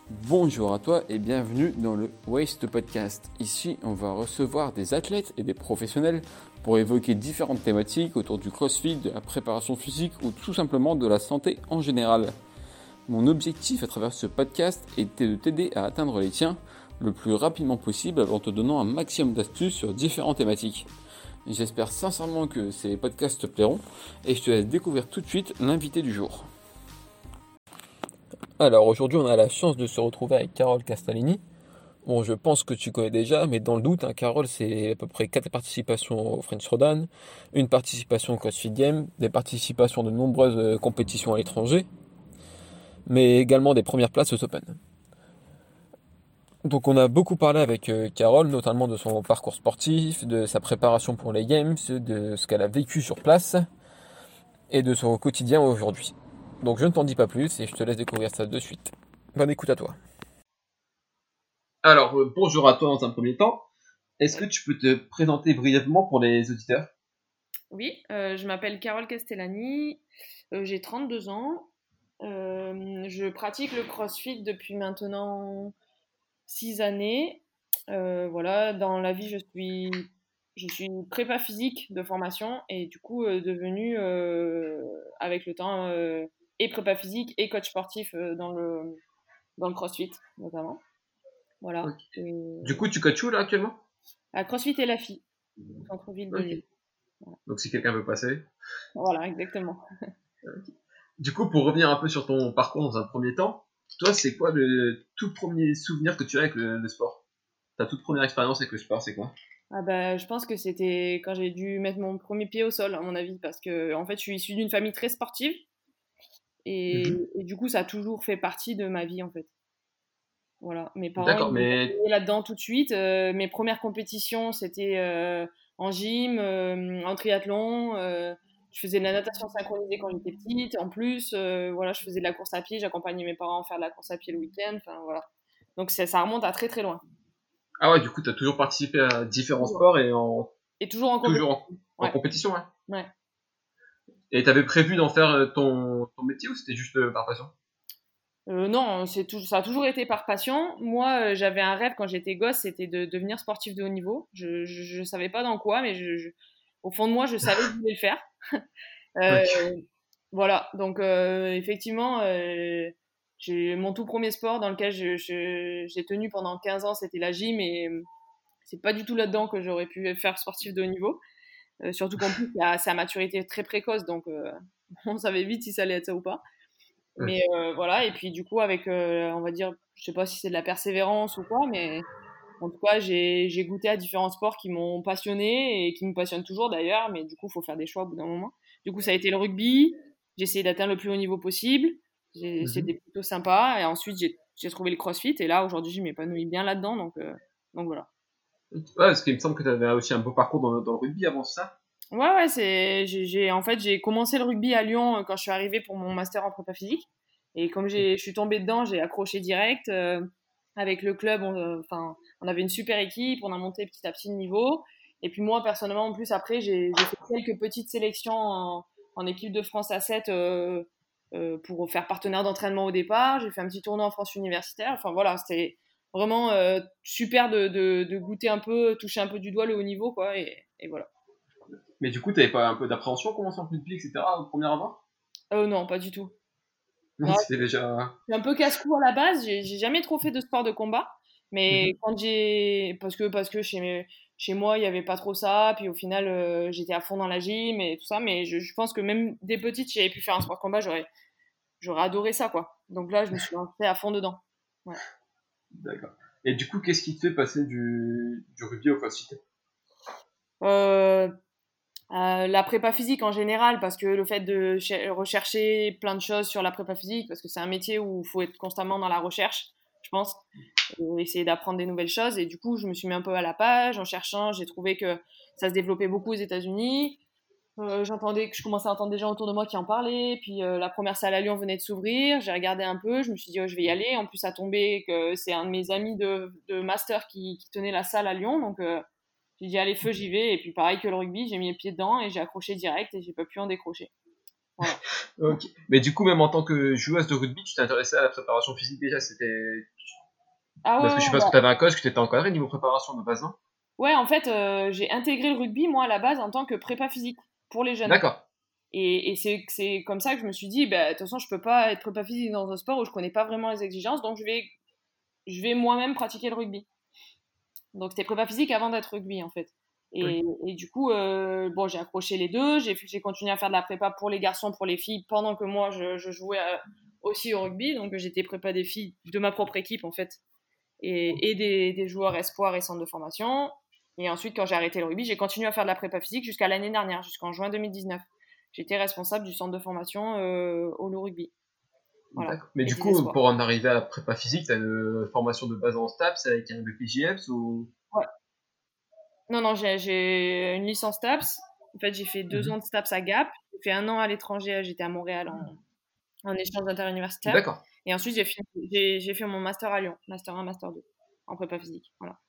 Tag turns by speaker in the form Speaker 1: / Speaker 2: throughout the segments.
Speaker 1: Bonjour à toi et bienvenue dans le Waste Podcast. Ici, on va recevoir des athlètes et des professionnels pour évoquer différentes thématiques autour du CrossFit, de la préparation physique ou tout simplement de la santé en général. Mon objectif à travers ce podcast était de t'aider à atteindre les tiens le plus rapidement possible en te donnant un maximum d'astuces sur différentes thématiques. J'espère sincèrement que ces podcasts te plairont et je te laisse découvrir tout de suite l'invité du jour. Alors aujourd'hui on a la chance de se retrouver avec Carole Castellini. Bon, je pense que tu connais déjà, mais dans le doute, Carole, c'est à peu près 4 participations au French Rodan, une participation au CrossFit Games, des participations de nombreuses compétitions à l'étranger, mais également des premières places aux Open. Donc on a beaucoup parlé avec Carole, notamment de son parcours sportif, de sa préparation pour les Games, de ce qu'elle a vécu sur place et de son quotidien aujourd'hui. Donc je ne t'en dis pas plus et je te laisse découvrir ça de suite. Bonne écoute à toi.
Speaker 2: Alors, bonjour à toi dans un premier temps. Est-ce que tu peux te présenter brièvement pour les auditeurs?
Speaker 3: Oui, je m'appelle Carole Castellani, j'ai 32 ans. Je pratique le CrossFit depuis maintenant 6 années. Voilà, dans la vie, je suis prépa physique de formation et du coup devenue avec le temps et prépa physique et coach sportif dans le CrossFit notamment. Voilà.
Speaker 2: Ok.
Speaker 3: Et,
Speaker 2: Du coup, tu coaches où là actuellement?
Speaker 3: à CrossFit et la FI, centre-ville de
Speaker 2: Ok.
Speaker 3: Lyon. Voilà,
Speaker 2: Donc si quelqu'un veut passer.
Speaker 3: voilà, exactement.
Speaker 2: Ok. Du coup, pour revenir un peu sur ton parcours dans un premier temps, toi, c'est quoi le tout premier souvenir que tu as avec le sport? Ta toute première expérience avec le sport, c'est quoi?
Speaker 3: Ah bah, je pense que c'était quand j'ai dû mettre mon premier pied au sol, à mon avis, parce que en fait, je suis issue d'une famille très sportive
Speaker 2: Mhm.
Speaker 3: et du coup, ça a toujours fait partie de ma vie, en fait. Voilà, mes parents, ils
Speaker 2: D'accord,
Speaker 3: m'ont pas
Speaker 2: mais
Speaker 3: mis là-dedans tout de suite. Mes premières compétitions, c'était en gym, en triathlon. Je faisais de la natation synchronisée quand j'étais petite. En plus, voilà, je faisais de la course à pied. J'accompagnais mes parents faire de la course à pied le week-end. Enfin, voilà. Donc ça remonte à très très loin.
Speaker 2: ah ouais, du coup, tu as toujours participé à différents
Speaker 3: Toujours.
Speaker 2: sports et en
Speaker 3: Et toujours en
Speaker 2: toujours
Speaker 3: compétition.
Speaker 2: en
Speaker 3: Ouais,
Speaker 2: compétition, ouais.
Speaker 3: ouais.
Speaker 2: Et t'avais prévu d'en faire ton métier ou c'était juste par passion?
Speaker 3: Non, ça a toujours été par passion. Moi, j'avais un rêve quand j'étais gosse, c'était de devenir sportif de haut niveau. Je savais pas dans quoi, mais au fond de moi, je savais que je voulais le faire. Euh,
Speaker 2: Ok.
Speaker 3: voilà, donc effectivement, mon tout premier sport dans lequel j'ai tenu pendant 15 ans, c'était la gym, et c'est pas du tout là-dedans que j'aurais pu faire sportif de haut niveau. Surtout qu'en plus, c'est à maturité très précoce, donc on savait vite si ça allait être ça ou pas. Mais
Speaker 2: Ok.
Speaker 3: voilà, et puis du coup, avec, on va dire, je sais pas si c'est de la persévérance ou quoi, mais en tout cas, j'ai goûté à différents sports qui m'ont passionné et qui me passionnent toujours d'ailleurs, mais du coup, il faut faire des choix au bout d'un moment. Du coup, ça a été le rugby, j'ai essayé d'atteindre le plus haut niveau possible,
Speaker 2: Mhm.
Speaker 3: c'était plutôt sympa, et ensuite, j'ai trouvé le crossfit, et là, aujourd'hui, je m'épanouis bien là-dedans, donc voilà.
Speaker 2: Ouais, parce qu'il me semble que tu avais aussi un beau parcours dans le rugby avant ça.
Speaker 3: Ouais, ouais, en fait, j'ai commencé le rugby à Lyon quand je suis arrivée pour mon master en prépa physique. Et comme je suis tombée dedans, j'ai accroché direct. Avec le club, enfin, on avait une super équipe, on a monté petit à petit le niveau. Et puis moi, personnellement, en plus, après, j'ai fait quelques petites sélections en équipe de France A7 pour faire partenaire d'entraînement au départ. J'ai fait un petit tournoi en France universitaire. Enfin voilà, c'était vraiment super de goûter un peu, toucher un peu du doigt le haut niveau, quoi. Et voilà.
Speaker 2: Mais du coup, t'avais pas un peu d'appréhension en commençant le rugby, etc. au premier abord?
Speaker 3: Non, pas du tout.
Speaker 2: Non,
Speaker 3: Non,
Speaker 2: c'était déjà.
Speaker 3: je suis un peu casse-cou à la base. J'ai jamais trop fait de sport de combat, mais
Speaker 2: Mhm.
Speaker 3: parce que chez moi il y avait pas trop ça. Puis au final, j'étais à fond dans la gym et tout ça. Mais je pense que même dès petite, si j'avais pu faire un sport de combat, j'aurais adoré ça, quoi. Donc là, je me suis lancée à fond dedans. Ouais.
Speaker 2: D'accord. Et du coup, qu'est-ce qui te fait passer du rugby au crossfit?
Speaker 3: Euh, la prépa physique en général, parce que le fait de rechercher plein de choses sur la prépa physique, parce que c'est un métier où il faut être constamment dans la recherche, je pense, et essayer d'apprendre des nouvelles choses. Et du coup, je me suis mis un peu à la page en cherchant. J'ai trouvé que ça se développait beaucoup aux États-Unis. Je commençais à entendre des gens autour de moi qui en parlaient. Puis la première salle à Lyon venait de s'ouvrir. J'ai regardé un peu. Je me suis dit, oh, je vais y aller. En plus, ça tombait que c'est un de mes amis de master qui tenait la salle à Lyon. Donc, j'ai dit, allez, feu, j'y vais. Et puis, pareil que le rugby, j'ai mis les pieds dedans et j'ai accroché direct et j'ai pas pu en décrocher. Voilà.
Speaker 2: Ok. Mais du coup, même en tant que joueuse de rugby, tu t'intéressais à la préparation physique déjà.
Speaker 3: Ah
Speaker 2: Parce que je
Speaker 3: ouais,
Speaker 2: suppose que tu avais un coach, que tu étais encadré niveau préparation de base, non?
Speaker 3: ouais, en fait, j'ai intégré le rugby, moi, à la base, en tant que prépa physique pour les jeunes.
Speaker 2: D'accord.
Speaker 3: Et c'est comme ça que je me suis dit, bah, de toute façon, je peux pas être prépa physique dans un sport où je connais pas vraiment les exigences, donc je vais moi-même pratiquer le rugby. Donc c'était prépa physique avant d'être rugby, en fait.
Speaker 2: Oui.
Speaker 3: Et du coup, bon, j'ai accroché les deux, j'ai continué à faire de la prépa pour les garçons, pour les filles, pendant que moi, je jouais aussi au rugby, donc j'étais prépa des filles de ma propre équipe, en fait, et des joueurs espoirs et centres de formation. Et ensuite, quand j'ai arrêté le rugby, j'ai continué à faire de la prépa physique jusqu'à l'année dernière, jusqu'en juin 2019. J'étais responsable du centre de formation au Loup Rugby. Voilà.
Speaker 2: D'accord. Mais
Speaker 3: Et
Speaker 2: du
Speaker 3: des
Speaker 2: coup,
Speaker 3: espoirs.
Speaker 2: pour en arriver à la prépa physique, tu as une formation de base en STAPS avec un BPJEPS ou...
Speaker 3: Ouais. Non, non, j'ai une licence STAPS. En fait, j'ai fait 2 ans de STAPS à Gap. J'ai fait 1 an à l'étranger. J'étais à Montréal en échange interuniversitaire.
Speaker 2: D'accord.
Speaker 3: Et ensuite, j'ai fait mon master à Lyon. Master 1, master 2. En prépa physique. Voilà.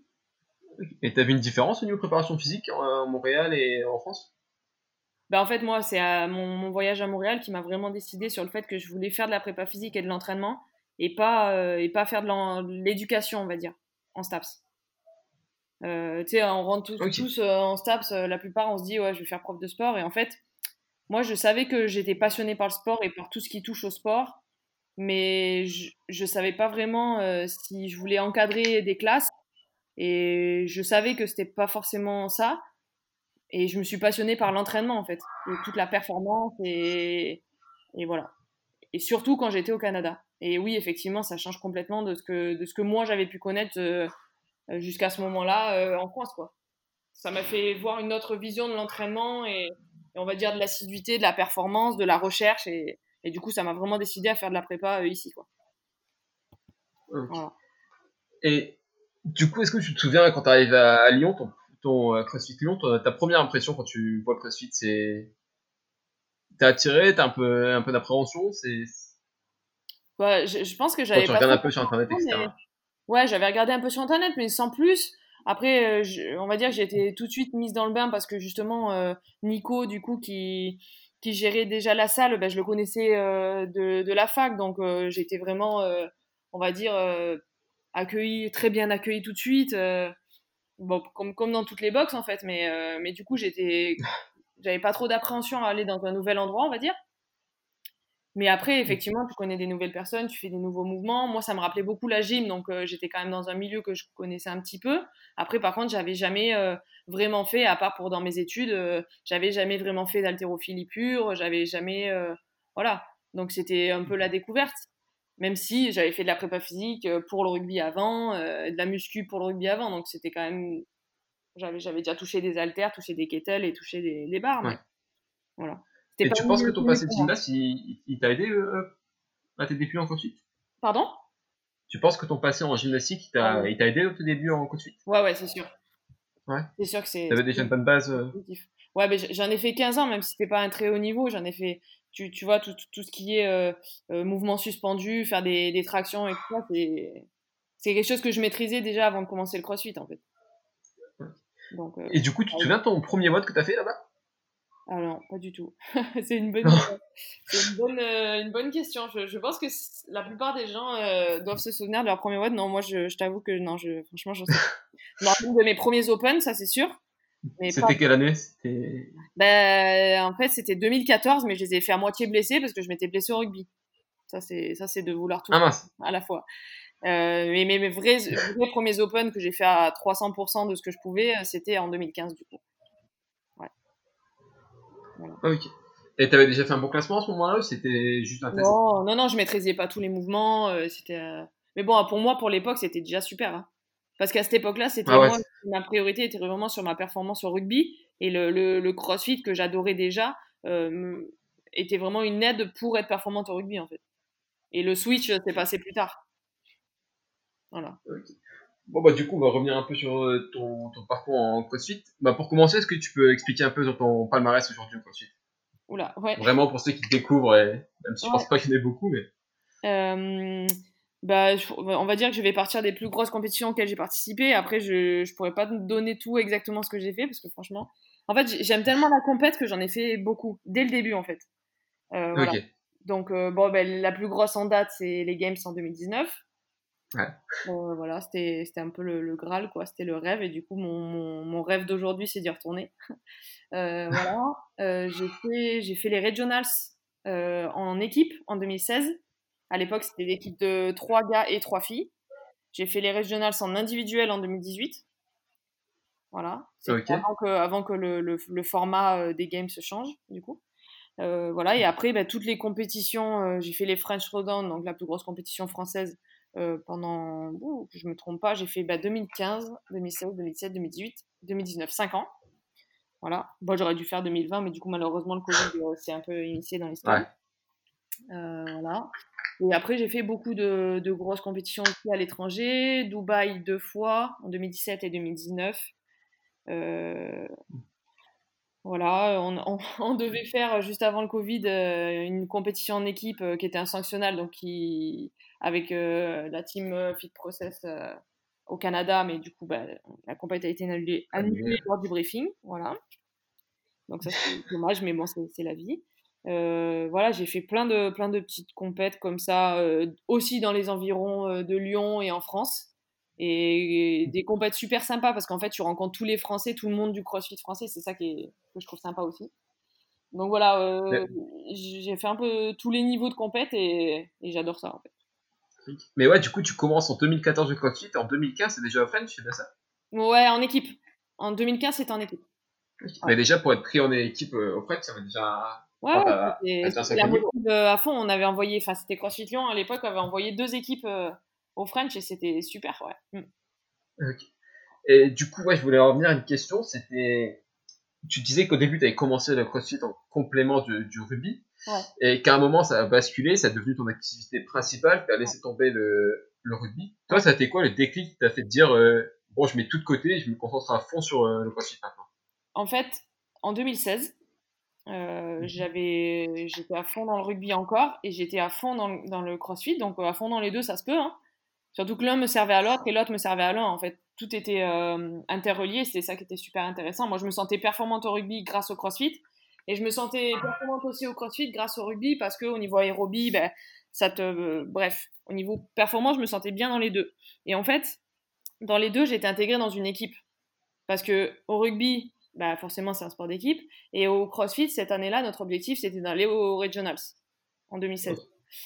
Speaker 2: Et tu as vu une différence au niveau préparation physique en Montréal et en France?
Speaker 3: Ben, en fait, moi, c'est mon voyage à Montréal qui m'a vraiment décidé sur le fait que je voulais faire de la prépa physique et de l'entraînement et pas faire de l'éducation, on va dire, en STAPS. Tu sais, on rentre
Speaker 2: Ok.
Speaker 3: tous en STAPS, la plupart, on se dit, ouais, je vais faire prof de sport. Et en fait, moi, je savais que j'étais passionnée par le sport et par tout ce qui touche au sport, mais je savais pas vraiment si je voulais encadrer des classes. Et je savais que c'était pas forcément ça. Et je me suis passionnée par l'entraînement, en fait, et toute la performance et voilà. Et surtout quand j'étais au Canada. Et oui, effectivement, ça change complètement de ce que moi j'avais pu connaître jusqu'à ce moment-là en France, quoi. Ça m'a fait voir une autre vision de l'entraînement et on va dire de l'assiduité, de la performance, de la recherche et du coup, ça m'a vraiment décidé à faire de la prépa ici, quoi.
Speaker 2: Ok.
Speaker 3: Voilà.
Speaker 2: Et du coup, est-ce que tu te souviens quand tu arrives à Lyon, ton CrossFit Lyon, ta première impression quand tu vois le CrossFit, c'est... T'es attiré, t'as un peu d'appréhension, c'est...
Speaker 3: Ouais, je pense que
Speaker 2: Quand
Speaker 3: j'avais
Speaker 2: tu
Speaker 3: pas
Speaker 2: regardes
Speaker 3: trop
Speaker 2: un peu sur Internet,
Speaker 3: compris,
Speaker 2: etc.
Speaker 3: mais ouais, j'avais regardé un peu sur internet, mais sans plus. Après, on va dire que j'ai été tout de suite mise dans le bain parce que justement, Nico, du coup, qui gérait déjà la salle, ben, je le connaissais de la fac, donc j'étais vraiment, on va dire, accueillie, très bien accueillie tout de suite, bon, comme dans toutes les box en fait, mais du coup, j'avais pas trop d'appréhension à aller dans un nouvel endroit, on va dire. Mais après, effectivement, tu connais des nouvelles personnes, tu fais des nouveaux mouvements. Moi, ça me rappelait beaucoup la gym, donc j'étais quand même dans un milieu que je connaissais un petit peu. Après, par contre, j'avais jamais vraiment fait, à part pour dans mes études, j'avais jamais vraiment fait d'haltérophilie pure, j'avais jamais, voilà. Donc c'était un peu la découverte. Même si j'avais fait de la prépa physique pour le rugby avant, de la muscu pour le rugby avant, donc c'était quand même, j'avais déjà touché des haltères, touché des kettlebells et touché des barres, mais
Speaker 2: Ouais.
Speaker 3: voilà. C'était
Speaker 2: Et
Speaker 3: pas
Speaker 2: tu
Speaker 3: un
Speaker 2: penses que
Speaker 3: milieu
Speaker 2: ton
Speaker 3: connu
Speaker 2: passé de
Speaker 3: pour moi.
Speaker 2: gymnaste, il t'a aidé à tes débuts en CrossFit?
Speaker 3: Pardon?
Speaker 2: Tu penses que ton passé en gymnastique,
Speaker 3: Ah oui.
Speaker 2: il t'a aidé au tout début en CrossFit?
Speaker 3: Ouais, ouais, c'est sûr.
Speaker 2: Ouais.
Speaker 3: C'est sûr que
Speaker 2: T'avais déjà une bonne base.
Speaker 3: c'est positif. Ouais, mais j'en ai fait 15 ans, même si c'était pas un très haut niveau. J'en ai fait, tu vois, tout ce qui est mouvement suspendu, faire des tractions et tout ça, c'est quelque chose que je maîtrisais déjà avant de commencer le CrossFit, en fait. Donc,
Speaker 2: Et du coup, tu te souviens de ton premier WOD que t'as fait là-bas?
Speaker 3: ah non, pas du tout. C'est une bonne question. Je pense que la plupart des gens doivent se souvenir de leur premier WOD. Non, moi, je t'avoue que non, franchement, je sais pas. Je me rappelle de mes premiers Open, ça c'est sûr. Mais pas.
Speaker 2: C'était quelle année? C'était...
Speaker 3: Ben, en fait, c'était 2014, mais je les ai fait à moitié blessés parce que je m'étais blessée au rugby. Ça, c'est de vouloir tout
Speaker 2: Ah
Speaker 3: faire
Speaker 2: mince.
Speaker 3: à la fois. Mais mes vrais premiers Open que j'ai fait à 300% de ce que je pouvais, c'était en 2015, du coup. Ouais, voilà.
Speaker 2: Ah, ok. Et t'avais déjà fait un bon classement à ce moment-là ou c'était juste un test?
Speaker 3: Non, non, non, je maîtrisais pas tous les mouvements. Mais bon, pour moi, pour l'époque, c'était déjà super, hein. Parce qu'à cette époque-là,
Speaker 2: Ah ouais.
Speaker 3: ma priorité était vraiment sur ma performance au rugby. Et le CrossFit que j'adorais déjà était vraiment une aide pour être performante au rugby, en fait. Et le switch s'est passé plus tard. Voilà.
Speaker 2: Ok. Bon bah du coup, on va revenir un peu sur ton parcours en CrossFit. Bah pour commencer, est-ce que tu peux expliquer un peu sur ton palmarès aujourd'hui en CrossFit?
Speaker 3: Oula, ouais.
Speaker 2: Vraiment pour ceux qui te découvrent, et même si je
Speaker 3: Ouais.
Speaker 2: pense pas qu'il y en ait beaucoup, mais...
Speaker 3: Euh, Bah, on va dire que je vais partir des plus grosses compétitions auxquelles j'ai participé. Après, je pourrais pas te donner tout exactement ce que j'ai fait parce que franchement, en fait, j'aime tellement la compète que j'en ai fait beaucoup dès le début en fait. Voilà.
Speaker 2: Ok.
Speaker 3: Donc, la plus grosse en date, c'est les Games en 2019.
Speaker 2: Ouais.
Speaker 3: Voilà, c'était un peu le Graal, quoi. C'était le rêve. Et du coup, mon rêve d'aujourd'hui, c'est d'y retourner. Voilà. J'ai fait les Regionals en équipe en 2016. À l'époque, c'était l'équipe de 3 gars et 3 filles. J'ai fait les Regionals en individuel en 2018. Voilà. C'était
Speaker 2: Ok.
Speaker 3: avant que le format des games se change, du coup. Voilà. Et après, toutes les compétitions, j'ai fait les French Throwdown, donc la plus grosse compétition française pendant, que je me trompe pas, j'ai fait 2015, 2016, 2017, 2018, 2019, 5 ans. Voilà. Bon, j'aurais dû faire 2020, mais du coup, malheureusement, le Covid s'est un peu initié dans l'histoire.
Speaker 2: Ouais.
Speaker 3: Voilà. Et après, j'ai fait beaucoup de grosses compétitions aussi à l'étranger. Dubaï 2 fois, en 2017 et 2019. Voilà, on devait faire juste avant le Covid une compétition en équipe qui était un sanctionnal, donc avec la team Fit Process au Canada, mais du coup, la compétition a été annulée lors du briefing. Voilà. Donc ça, c'est dommage, mais bon, c'est la vie. Voilà, j'ai fait plein de petites compètes comme ça, aussi dans les environs de Lyon et en France. Et des compètes super sympas parce qu'en fait, tu rencontres tous les Français, tout le monde du CrossFit français. C'est ça que je trouve sympa aussi. Donc voilà,
Speaker 2: Mais,
Speaker 3: j'ai fait un peu tous les niveaux de compète et j'adore ça en fait.
Speaker 2: mais ouais, du coup, tu commences en 2014 le CrossFit, et en 2015, c'est déjà au French, c'est bien ça?
Speaker 3: Ouais, en équipe. En 2015, c'était en équipe.
Speaker 2: Ok.
Speaker 3: Ouais.
Speaker 2: Mais déjà, pour être pris en équipe au French, ça va déjà.
Speaker 3: Ouais,
Speaker 2: Enfin,
Speaker 3: ouais,
Speaker 2: t'as un
Speaker 3: c'était la
Speaker 2: sacré niveau.
Speaker 3: motive à fond. On avait envoyé, enfin, c'était CrossFit Lyon à l'époque, avait envoyé 2 équipes au French et c'était super, ouais.
Speaker 2: Ok. Et du coup, ouais, je voulais revenir à une question. C'était. Tu disais qu'au début, tu avais commencé le CrossFit en complément du rugby.
Speaker 3: Ouais.
Speaker 2: Et qu'à un moment, ça a basculé, ça a devenu ton activité principale, tu as laissé tomber le rugby. Toi,
Speaker 3: Ouais.
Speaker 2: ça a été quoi le déclic qui t'a fait te dire, bon, je mets tout de côté et je me concentre à fond sur le CrossFit maintenant?
Speaker 3: En fait, en 2016, j'étais à fond dans le rugby encore et j'étais à fond dans le CrossFit, donc à fond dans les deux, ça se peut, hein. Surtout que l'un me servait à l'autre et l'autre me servait à l'un. En fait, tout était interrelié. C'était ça qui était super intéressant. Moi, je me sentais performante au rugby grâce au CrossFit et je me sentais performante aussi au CrossFit grâce au rugby parce que au niveau aérobie, bref, au niveau performance, je me sentais bien dans les deux. Et en fait, dans les deux, j'étais intégrée dans une équipe parce que au rugby, forcément, c'est un sport d'équipe et au CrossFit cette année-là, notre objectif c'était d'aller aux Regionals en 2016.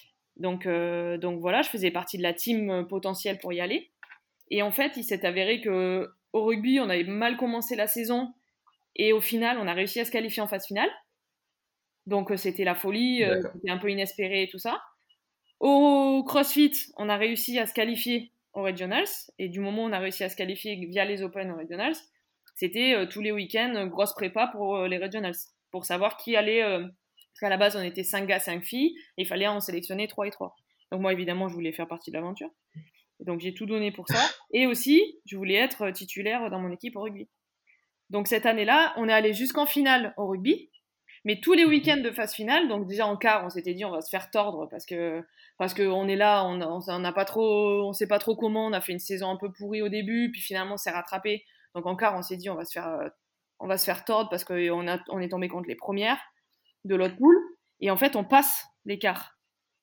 Speaker 3: Donc voilà, je faisais partie de la team potentielle pour y aller. Et en fait, il s'est avéré que au rugby, on avait mal commencé la saison et au final, on a réussi à se qualifier en phase finale. Donc c'était la folie,
Speaker 2: D'accord.
Speaker 3: c'était un peu inespéré et tout ça. Au CrossFit, on a réussi à se qualifier aux Regionals et du moment où on a réussi à se qualifier via les Open aux Regionals, c'était tous les week-ends grosse prépa pour les Regionals pour savoir qui allait parce qu'à la base, on était 5 gars, 5 filles et il fallait en sélectionner 3 et 3. Donc moi, évidemment, je voulais faire partie de l'aventure. Donc j'ai tout donné pour ça. Et aussi, je voulais être titulaire dans mon équipe au rugby. Donc cette année-là, on est allé jusqu'en finale au rugby. Mais tous les week-ends de phase finale, donc déjà en quart, on s'était dit on va se faire tordre parce que on est là, on n'a pas trop, on sait pas trop comment, on a fait une saison un peu pourrie au début, puis finalement on s'est rattrapé. Donc en quart, on s'est dit on va se faire tordre parce qu'on on est tombé contre les premières de l'autre poule et en fait on passe l'écart.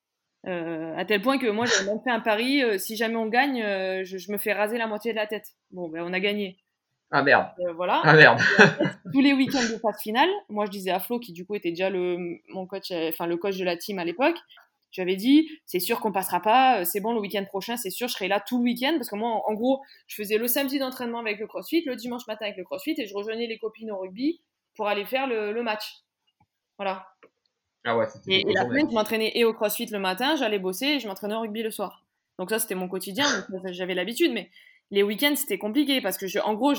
Speaker 3: À tel point que moi j'avais même fait un pari, si jamais on gagne, je me fais raser la moitié de la tête. Bon, on a gagné.
Speaker 2: Ah merde.
Speaker 3: Voilà.
Speaker 2: Ah merde.
Speaker 3: Et en fait, tous les week-ends de phase finale, moi je disais à Flo, qui du coup était déjà mon coach, enfin le coach de la team à l'époque, j'avais dit, c'est sûr qu'on passera pas, c'est bon, le week-end prochain, c'est sûr, je serai là tout le week-end, parce que moi, en gros, je faisais le samedi d'entraînement avec le CrossFit, le dimanche matin avec le CrossFit, et je rejoignais les copines au rugby pour aller faire le match. Voilà.
Speaker 2: Ah ouais, c'était des
Speaker 3: Et
Speaker 2: grosses
Speaker 3: la
Speaker 2: journées.
Speaker 3: semaine, je m'entraînais et au CrossFit le matin, j'allais bosser et je m'entraînais au rugby le soir. Donc ça, c'était mon quotidien, donc j'avais l'habitude. Mais les week-ends, c'était compliqué parce que, en gros,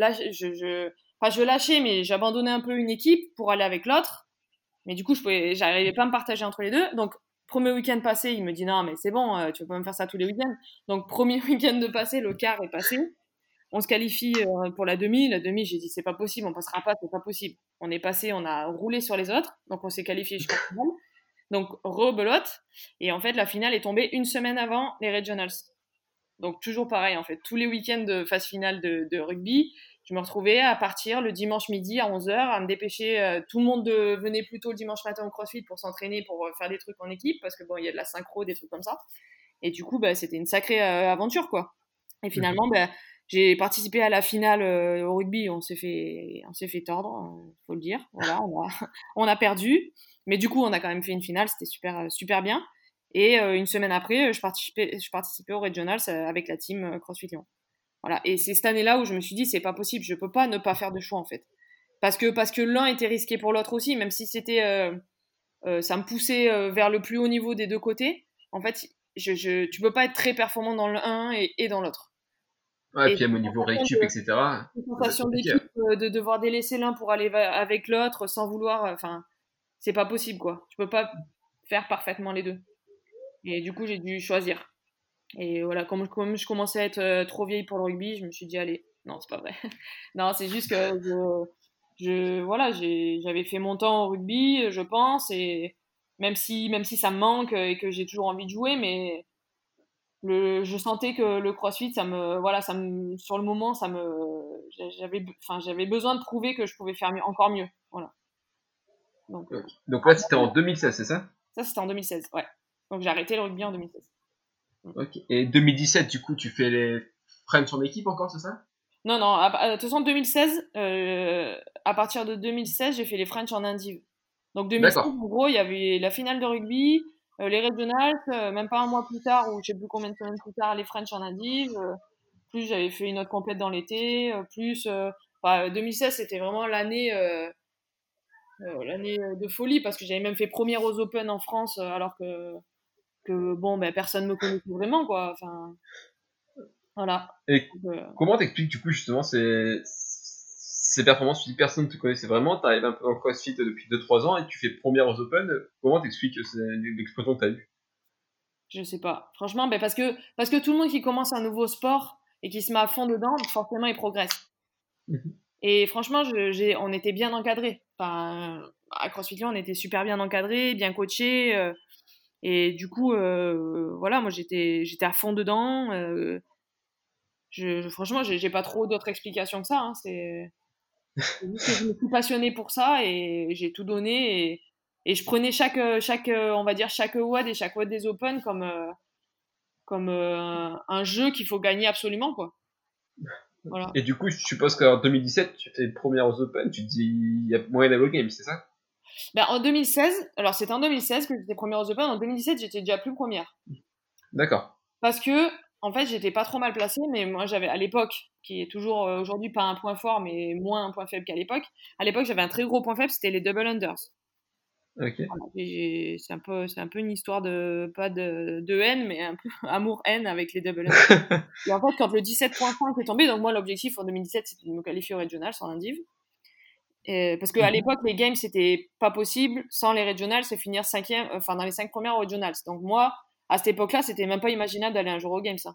Speaker 3: pas je lâchais, mais j'abandonnais un peu une équipe pour aller avec l'autre. Mais du coup, j'arrivais pas à me partager entre les deux. Donc, premier week-end passé, il me dit non, mais c'est bon, tu peux pas me faire ça tous les week-ends. Donc, premier week-end de passé, le quart est passé. On se qualifie pour la demi. La demi, j'ai dit c'est pas possible, on passera pas, c'est pas possible. On est passé, on a roulé sur les autres, donc on s'est qualifié jusqu'en finale. Donc rebelote. Et en fait, la finale est tombée une semaine avant les regionals. Donc toujours pareil, en fait, tous les week-ends de phase finale de rugby, Je me retrouvais à partir le dimanche midi à 11h, à me dépêcher. Tout le monde venait plus tôt le dimanche matin au CrossFit pour s'entraîner, pour faire des trucs en équipe, parce que bon, il y a de la synchro, des trucs comme ça. Et du coup, bah, c'était une sacrée aventure, quoi. Et finalement, bah, j'ai participé à la finale au rugby. On s'est fait tordre, faut le dire. Voilà, on a perdu. Mais du coup, on a quand même fait une finale. C'était super bien. Et une semaine après, je participais aux Regionals avec la team CrossFit Lyon. Voilà. Et c'est cette année-là où je me suis dit, c'est pas possible. Je peux pas ne pas faire de choix, en fait. Parce que l'un était risqué pour l'autre aussi, même si c'était, ça me poussait vers le plus haut niveau des deux côtés. En fait, tu peux pas être très performant dans l'un et dans l'autre.
Speaker 2: Ouais, et
Speaker 3: Et
Speaker 2: puis même au niveau récup, etc.
Speaker 3: une
Speaker 2: Ça va être
Speaker 3: sensation
Speaker 2: compliqué.
Speaker 3: d'équipe, de devoir délaisser l'un pour aller avec l'autre sans vouloir. Enfin, c'est pas possible, quoi. Tu peux pas faire parfaitement les deux. Et du coup, j'ai dû choisir. Et voilà, comme je commençais à être trop vieille pour le rugby, je me suis dit, allez, non, c'est pas vrai. Non, c'est juste que voilà, j'avais fait mon temps au rugby, je pense, et même si ça me manque et que j'ai toujours envie de jouer, mais je sentais que le CrossFit, voilà, sur le moment, j'avais besoin de prouver que je pouvais faire encore mieux. Voilà. Donc,
Speaker 2: Donc là, c'était en 2016, c'est ça?
Speaker 3: ça, c'était en 2016, ouais. Donc, j'ai arrêté le rugby en 2016.
Speaker 2: Ok. Et 2017, du coup, tu fais les French en équipe encore, c'est ça?
Speaker 3: Non, non, de toute façon, 2016, à partir de 2016, j'ai fait les French en indiv. Donc 2016,
Speaker 2: D'accord.
Speaker 3: en gros, il y avait la finale de rugby, les regionals, même pas un mois plus tard, ou je sais plus combien de semaines plus tard, les French en indiv. Plus j'avais fait une autre complète dans l'été, 2016, c'était vraiment l'année de folie, parce que j'avais même fait première aux Open en France, alors que bon, ben, personne me connaissait vraiment, quoi. Enfin, voilà.
Speaker 2: Et
Speaker 3: Donc,
Speaker 2: comment t'expliques, du coup, justement, ces performances? Tu dis personne ne te connaissait vraiment, t'arrives un peu dans le CrossFit depuis 2-3 ans et tu fais première aux Open. Comment t'expliques que c'est l'explosion que t'as eue?
Speaker 3: Je sais pas. Franchement, ben parce que tout le monde qui commence un nouveau sport et qui se met à fond dedans, forcément, il progresse.
Speaker 2: Mhm.
Speaker 3: Et franchement, on était bien encadrés. Enfin, à CrossFit Lyon, on était super bien encadrés, bien coachés. Et du coup, voilà, moi, j'étais à fond dedans. Franchement, j'ai pas trop d'autres explications que ça. Hein. C'est juste que je me suis passionnée pour ça et j'ai tout donné. Et je prenais on va dire, chaque WOD et chaque WOD des Open comme un jeu qu'il faut gagner absolument, quoi. Voilà.
Speaker 2: Et du coup, je suppose qu'en 2017, tu fais première aux Open, tu te dis, il y a moyen d'aller au game, c'est ça?
Speaker 3: Ben, en 2016, alors c'était en 2016 que j'étais première aux Open, en 2017 j'étais déjà plus première.
Speaker 2: D'accord.
Speaker 3: Parce que, en fait, j'étais pas trop mal placée, mais moi j'avais à l'époque, qui est toujours aujourd'hui pas un point fort, mais moins un point faible qu'à l'époque, à l'époque j'avais un très gros point faible, c'était les double unders.
Speaker 2: Ok.
Speaker 3: Voilà. C'est un peu une histoire pas de haine, mais un peu amour-haine avec les double unders. Et en fait, quand le 17.5 est tombé, donc moi l'objectif en 2017 c'était de me qualifier au regional sans indiv. Parce qu'à
Speaker 2: Mhm.
Speaker 3: l'époque, les games, c'était pas possible sans les regionals, c'est finir cinquième, enfin dans les 5 premières aux regionals. Donc moi, à cette époque-là, c'était même pas imaginable d'aller un jour aux games, ça.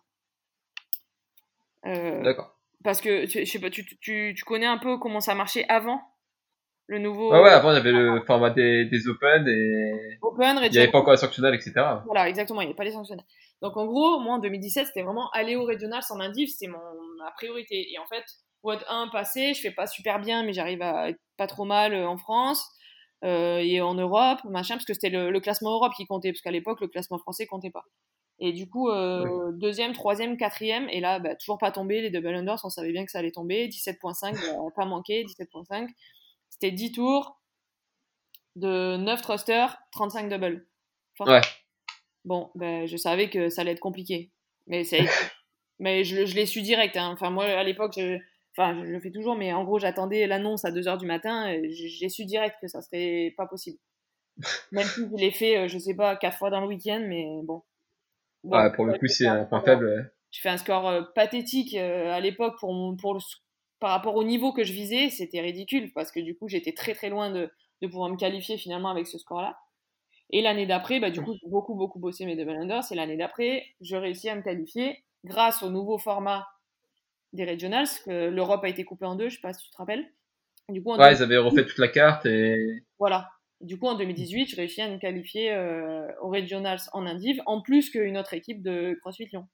Speaker 3: Euh,
Speaker 2: D'accord.
Speaker 3: parce que, je sais pas, tu connais un peu comment ça marchait avant le
Speaker 2: Ouais, ouais,
Speaker 3: nouveau
Speaker 2: avant, il y avait le format des Open et
Speaker 3: Open,
Speaker 2: il n'y avait
Speaker 3: Regional.
Speaker 2: pas encore la sectionnelle, etc.
Speaker 3: Voilà, exactement, il n'y avait pas les sanctionnaires. Donc en gros, moi en 2017, c'était vraiment aller au regional sans indiv, c'était ma priorité. Et en fait, WOD 1 passé, je fais pas super bien, mais j'arrive à être pas trop mal en France et en Europe, machin, parce que c'était le classement Europe qui comptait, parce qu'à l'époque, le classement français comptait pas. Et du coup,
Speaker 2: Ok.
Speaker 3: deuxième, troisième, quatrième, et là, bah, toujours pas tombé, les double unders, on savait bien que ça allait tomber, 17.5, bah, pas manqué, 17.5. C'était 10 tours de 9 thrusters, 35 double.
Speaker 2: Ouais.
Speaker 3: Bon, ben, je savais que ça allait être compliqué. Mais je l'ai su direct. Hein. Enfin, moi, à l'époque, enfin, je le fais toujours, mais en gros, j'attendais l'annonce à 2h du matin. Et j'ai su direct que ça serait pas possible. Même si je l'ai fait, je sais pas, 4 fois dans le week-end, mais bon.
Speaker 2: Ouais,
Speaker 3: Bon,
Speaker 2: pour le
Speaker 3: ouais,
Speaker 2: coup, c'est un point faible.
Speaker 3: je fais un score pathétique à l'époque par rapport au niveau que je visais. C'était ridicule parce que du coup, j'étais très très loin de pouvoir me qualifier finalement avec ce score-là. Et l'année d'après, bah, du coup, j'ai beaucoup, beaucoup bossé mes double unders. Et l'année d'après, je réussis à me qualifier grâce au nouveau format des regionals, que l'Europe a été coupée en deux, je sais pas si tu te rappelles. Du coup,
Speaker 2: Ouais, ils avaient refait toute la carte et
Speaker 3: voilà. Du coup, en 2018, je réussis à me qualifier aux regionals en indiv, en plus qu'une autre équipe de CrossFit Lyon.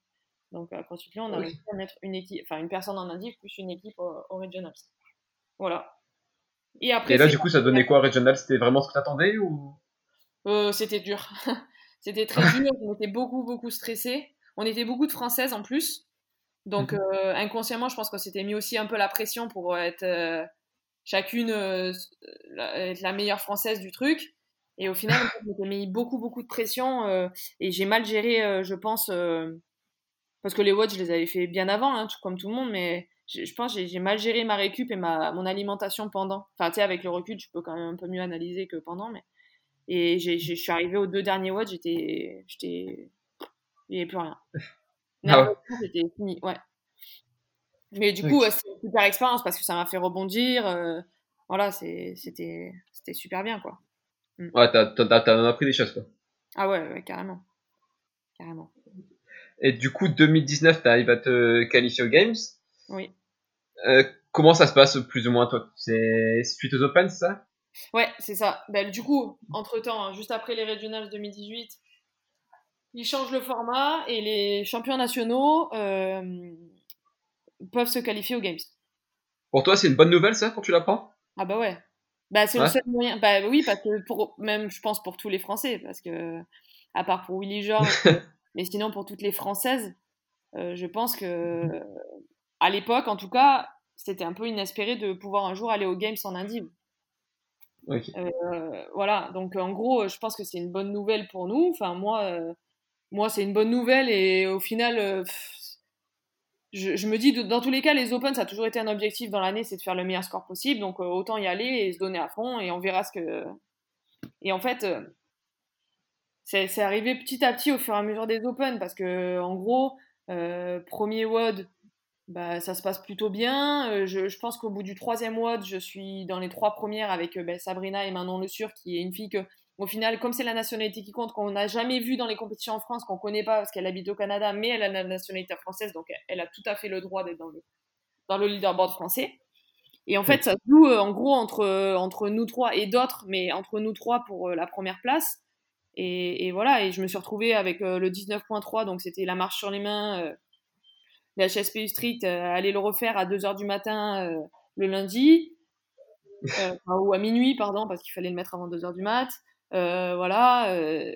Speaker 3: Donc à CrossFit Lyon, on a
Speaker 2: Ok.
Speaker 3: réussi à mettre une personne en Indie plus une équipe au Regionals. Voilà. Et après,
Speaker 2: Et là, du coup, ça donnait quoi, Regional? C'était vraiment ce que t'attendais ou?
Speaker 3: c'était dur. C'était très dur. On était beaucoup, beaucoup stressés. On était beaucoup de Françaises en plus. Donc inconsciemment, je pense qu'on s'était mis aussi un peu la pression pour être chacune être la meilleure Française du truc. Et au final, moi, je m'étais mis beaucoup, beaucoup de pression et j'ai mal géré, je pense, parce que les watts, je les avais fait bien avant, hein, comme tout le monde, mais je pense que j'ai mal géré ma récup et mon alimentation pendant. Enfin, tu sais, avec le recul, tu peux quand même un peu mieux analyser que pendant, mais. Et je suis arrivée aux 2 derniers watts, il n'y avait plus rien.
Speaker 2: Ah ouais.
Speaker 3: Nerveusement, c'était fini, ouais. Mais du coup,
Speaker 2: Ok.
Speaker 3: c'est une super expérience parce que ça m'a fait rebondir. Voilà, c'était super bien, quoi. Mm.
Speaker 2: Ouais, t'as appris des choses, quoi.
Speaker 3: Ah ouais, ouais, carrément. Carrément.
Speaker 2: Et du coup, 2019, t'arrives à te qualifier aux Games.
Speaker 3: Oui.
Speaker 2: Euh, Comment ça se passe, plus ou moins, toi? C'est suite aux Open, c'est ça?
Speaker 3: Ouais, c'est ça. Ben, du coup, entre-temps, hein, juste après les Regionals 2018, ils changent le format et les champions nationaux peuvent se qualifier aux Games.
Speaker 2: Pour toi, c'est une bonne nouvelle, ça, quand tu l'apprends?
Speaker 3: Ah bah ouais. Bah c'est le
Speaker 2: Ouais.
Speaker 3: seul moyen. Bah oui, parce que même je pense pour tous les Français, parce que à part pour Willy Georges, mais sinon pour toutes les Françaises, je pense que à l'époque, en tout cas, c'était un peu inespéré de pouvoir un jour aller aux Games en Indie.
Speaker 2: Ok.
Speaker 3: Voilà, donc en gros, je pense que c'est une bonne nouvelle pour nous. Enfin moi c'est une bonne nouvelle et au final, je me dis, dans tous les cas, les Open, ça a toujours été un objectif dans l'année, c'est de faire le meilleur score possible. Donc autant y aller et se donner à fond et on verra ce que. Et en fait, c'est arrivé petit à petit au fur et à mesure des Open parce que en gros, premier WOD, bah, ça se passe plutôt bien. Je pense qu'au bout du troisième WOD, je suis dans les 3 premières avec Sabrina et Manon Le Sur, qui est une fille que, au final, comme c'est la nationalité qui compte, qu'on n'a jamais vue dans les compétitions en France, qu'on connaît pas parce qu'elle habite au Canada, mais elle a la nationalité française, donc elle a tout à fait le droit d'être dans le leaderboard français. Et en fait,
Speaker 2: Ok.
Speaker 3: ça se joue en gros entre nous trois et d'autres, mais entre nous trois pour la première place. Et voilà, et je me suis retrouvée avec le 19.3, donc c'était la marche sur les mains, la HSPU Street, aller le refaire à 2 heures du matin le lundi, ou à minuit, pardon, parce qu'il fallait le mettre avant 2 heures du mat. Voilà,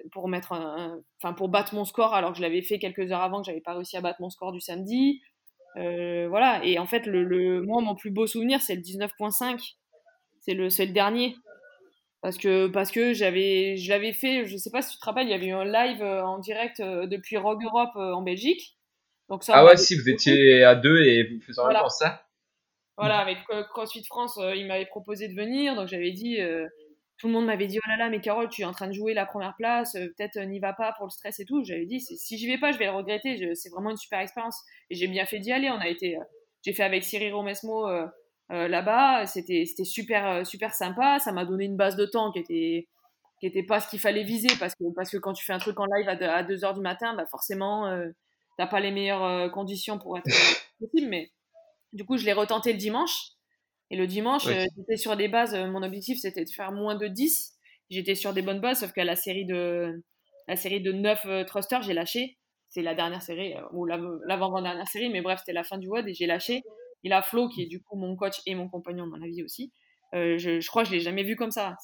Speaker 3: pour battre mon score, alors que je l'avais fait quelques heures avant, que j'avais pas réussi à battre mon score du samedi. Voilà, et en fait, moi, mon plus beau souvenir, c'est le 19.5. C'est le dernier. Parce que je l'avais fait, je sais pas si tu te rappelles, il y avait eu un live en direct depuis Rogue Europe en Belgique. Donc ça, on
Speaker 2: Ah ouais,
Speaker 3: m'avait
Speaker 2: si, vous étiez à deux et vous faisiez en même
Speaker 3: voilà,
Speaker 2: temps ça?
Speaker 3: voilà, avec CrossFit France, ils m'avaient proposé de venir, donc j'avais dit, tout le monde m'avait dit, oh là là, mais Carole, tu es en train de jouer la première place, peut-être n'y va pas pour le stress et tout. J'avais dit, si j'y vais pas, je vais le regretter. C'est vraiment une super expérience et j'ai bien fait d'y aller. J'ai fait avec Cyril Romesmo là-bas, c'était super super sympa. Ça m'a donné une base de temps qui était pas ce qu'il fallait viser parce que quand tu fais un truc en live à 2 heures du matin, bah forcément, t'as pas les meilleures conditions pour être possible. Mais du coup, je l'ai retenté le dimanche. Et le dimanche,
Speaker 2: Ok.
Speaker 3: j'étais sur des bases. Mon objectif, c'était de faire moins de 10. J'étais sur des bonnes bases, sauf qu'à la série de 9 thrusters, j'ai lâché. C'est la dernière série, ou l'avant-dernière série, mais bref, c'était la fin du WOD et j'ai lâché. Et là, Flo, qui est du coup mon coach et mon compagnon dans la vie aussi, je crois que je l'ai jamais vu comme ça.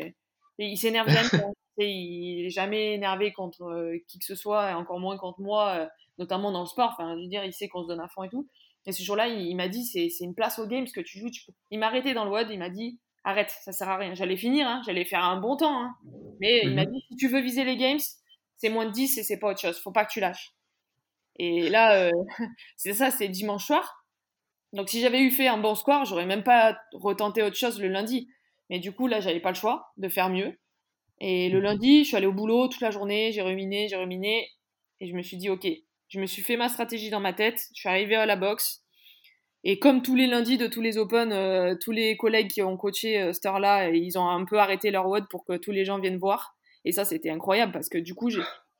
Speaker 3: Il s'énerve jamais, hein. Il est jamais énervé contre qui que ce soit, et encore moins contre moi, notamment dans le sport. Enfin, je veux dire, il sait qu'on se donne à fond et tout. Et ce jour-là, il m'a dit, c'est une place au game, ce que tu joues. Il m'a arrêté dans le WOD, il m'a dit, arrête, ça sert à rien. J'allais finir, hein, j'allais faire un bon temps, hein. Mais il m'a
Speaker 2: Mhm.
Speaker 3: dit, si tu veux viser les games, c'est moins de 10 et c'est pas autre chose. Faut pas que tu lâches. Et là, c'est ça, c'est dimanche soir. Donc si j'avais eu fait un bon score, j'aurais même pas retenté autre chose le lundi. Mais du coup, là, j'avais pas le choix de faire mieux. Et le lundi, je suis allée au boulot toute la journée, j'ai ruminé, et je me suis dit, ok, je me suis fait ma stratégie dans ma tête, je suis arrivée à la boxe, et comme tous les lundis de tous les Open, tous les collègues qui ont coaché cette heure-là, ils ont un peu arrêté leur WOD pour que tous les gens viennent voir. Et ça, c'était incroyable parce que du coup,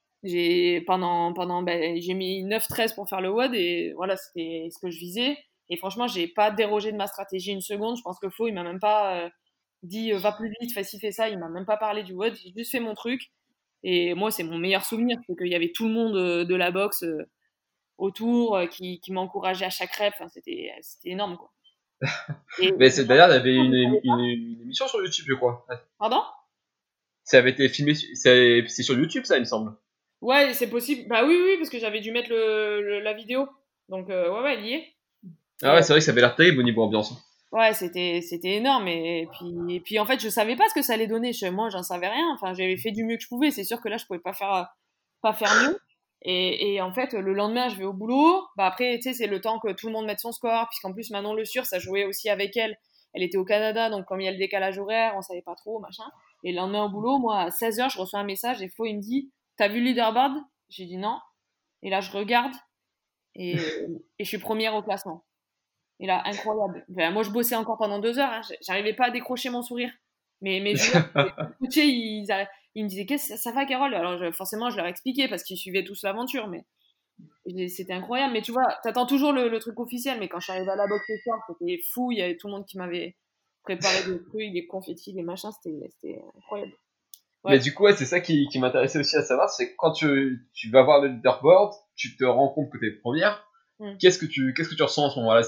Speaker 3: j'ai mis 9-13 pour faire le WOD et voilà, c'était ce que je visais. Et franchement, j'ai pas dérogé de ma stratégie une seconde. Je pense que Flo, il m'a même pas dit va plus vite, fais ci, fais ça. Il m'a même pas parlé du WOD. J'ai juste fait mon truc. Et moi, c'est mon meilleur souvenir, c'est qu'il y avait tout le monde de la boxe autour, qui m'encourageaient à chaque rep. Enfin, c'était énorme, quoi. Et,
Speaker 2: Mais d'ailleurs, il y avait une émission sur YouTube, je crois.
Speaker 3: pardon?
Speaker 2: Ça avait été filmé, c'est sur YouTube, ça, il me semble.
Speaker 3: Ouais, c'est possible. Bah oui, parce que j'avais dû mettre la vidéo. Donc, ouais, elle y est.
Speaker 2: Ah ouais, c'est vrai que ça avait l'air terrible au niveau ambiance.
Speaker 3: Ouais, c'était énorme. Et puis, en fait, je savais pas ce que ça allait donner. Moi, j'en savais rien. Enfin, j'avais fait du mieux que je pouvais. C'est sûr que là, je pouvais pas faire mieux. Et en fait, le lendemain, je vais au boulot. Bah après, tu sais, c'est le temps que tout le monde mette son score, puisqu'en plus, Manon Le Sur, ça jouait aussi avec elle. Elle était au Canada, donc comme il y a le décalage horaire, on savait pas trop, machin. Et le lendemain au boulot, moi, à 16h, je reçois un message et Flo, il me dit, t'as vu le leaderboard? J'ai dit non. Et là, je regarde et, et je suis première au classement. Et là, incroyable. Enfin, moi, je bossais encore pendant 2 heures. Hein. J'arrivais pas à décrocher mon sourire. Mais je les coachés, ils me disaient, qu'est-ce que ça va, Carole? Alors, forcément, je leur expliquais parce qu'ils suivaient tous l'aventure. Mais c'était incroyable. Mais tu vois, t'attends toujours le truc officiel. Mais quand je suis arrivée à la boxe ce soir, c'était fou. Il y avait tout le monde qui m'avait préparé des trucs, des confettis, des machins. C'était incroyable.
Speaker 2: Mais
Speaker 3: Ouais.
Speaker 2: du coup, ouais, c'est ça qui m'intéressait aussi à savoir, c'est que quand tu vas voir le leaderboard, tu te rends compte que t'es première.
Speaker 3: Mm.
Speaker 2: Qu'est-ce que tu ressens à ce moment-là?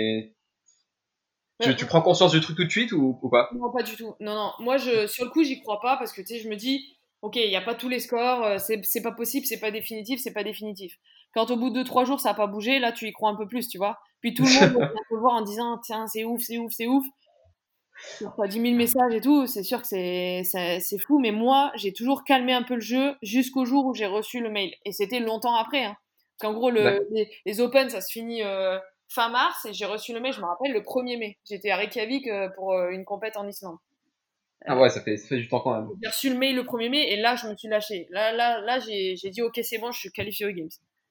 Speaker 2: Tu prends conscience du truc tout de suite ou pas?
Speaker 3: Non, pas du tout. Non, non. Moi, sur le coup, j'y crois pas parce que, tu sais, je me dis, ok, il n'y a pas tous les scores, c'est pas possible, c'est pas définitif, c'est pas définitif. Quand au bout de 3 jours, ça n'a pas bougé, là, tu y crois un peu plus, tu vois. Puis tout le monde vient te voir en disant, tiens, c'est ouf, c'est ouf, c'est ouf. T'as 10 000 messages et tout, c'est sûr que c'est fou, mais moi, j'ai toujours calmé un peu le jeu jusqu'au jour où j'ai reçu le mail. Et c'était longtemps après, hein. Parce qu'en gros,
Speaker 2: D'accord.
Speaker 3: les Open, ça se finit fin mars et j'ai reçu le mail, je me rappelle, le 1er mai. J'étais à Reykjavik pour une compète en Islande.
Speaker 2: Ah ouais, ça fait du temps quand même.
Speaker 3: J'ai reçu le mail le 1er mai et là, je me suis lâché. Là, j'ai dit, ok, c'est bon, je suis qualifié aux Games.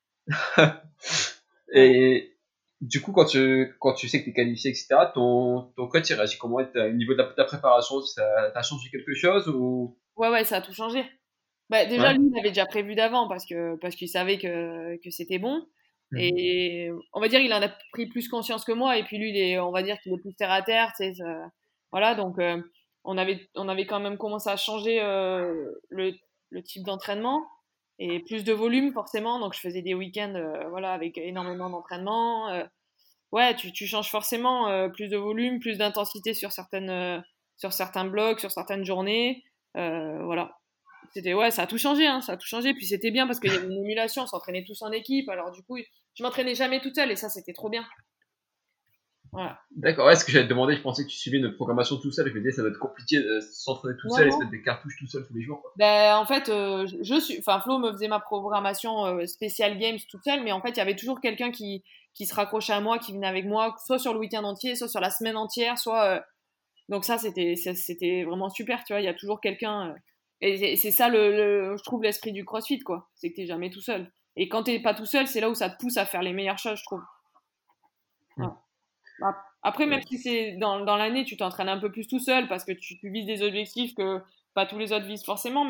Speaker 3: Ouais.
Speaker 2: Et du coup, quand tu sais que t'es qualifié, etc., ton coach, il réagit comment? Au niveau de ta préparation, ça t'a changé quelque chose ou?
Speaker 3: Ouais, ça a tout changé. Bah, déjà,
Speaker 2: Ouais.
Speaker 3: lui, il avait déjà prévu d'avant parce qu'il savait que c'était bon.
Speaker 2: Mhm.
Speaker 3: Et on va dire, il en a pris plus conscience que moi. Et puis lui, on va dire qu'il est plus terre à terre. Tu sais, voilà, donc on avait quand même commencé à changer le type d'entraînement et plus de volume forcément. Donc je faisais des week-ends voilà, avec énormément d'entraînement. Ouais, tu changes forcément plus de volume, plus d'intensité sur certains blocs, sur certaines journées. Voilà. Ouais, ça a tout changé, hein, ça a tout changé. Puis c'était bien parce qu'il y avait une émulation, on s'entraînait tous en équipe. Alors du coup, je m'entraînais jamais toute seule et ça, c'était trop bien. Voilà.
Speaker 2: D'accord, ouais, ce que j'allais te demander, je pensais que tu suivais une programmation tout seul, et je me disais, ça doit être compliqué de s'entraîner tout
Speaker 3: Non,
Speaker 2: seul et se
Speaker 3: non.
Speaker 2: mettre des cartouches tout seul tous les jours, quoi.
Speaker 3: Ben, en fait, enfin, Flo me faisait ma programmation spéciale games toute seule, mais en fait, il y avait toujours quelqu'un qui se raccrochait à moi, qui venait avec moi, soit sur le week-end entier, soit sur la semaine entière, soit. Donc ça, c'était vraiment super, tu vois. Il y a toujours quelqu'un. Et c'est ça, je trouve, l'esprit du CrossFit, quoi. C'est que t'es jamais tout seul. Et quand t'es pas tout seul, c'est là où ça te pousse à faire les meilleures choses, je trouve.
Speaker 2: Hmm.
Speaker 3: Voilà. Après, même
Speaker 2: Ouais.
Speaker 3: si c'est dans l'année, tu t'entraînes un peu plus tout seul parce que tu vises des objectifs que pas tous les autres visent forcément,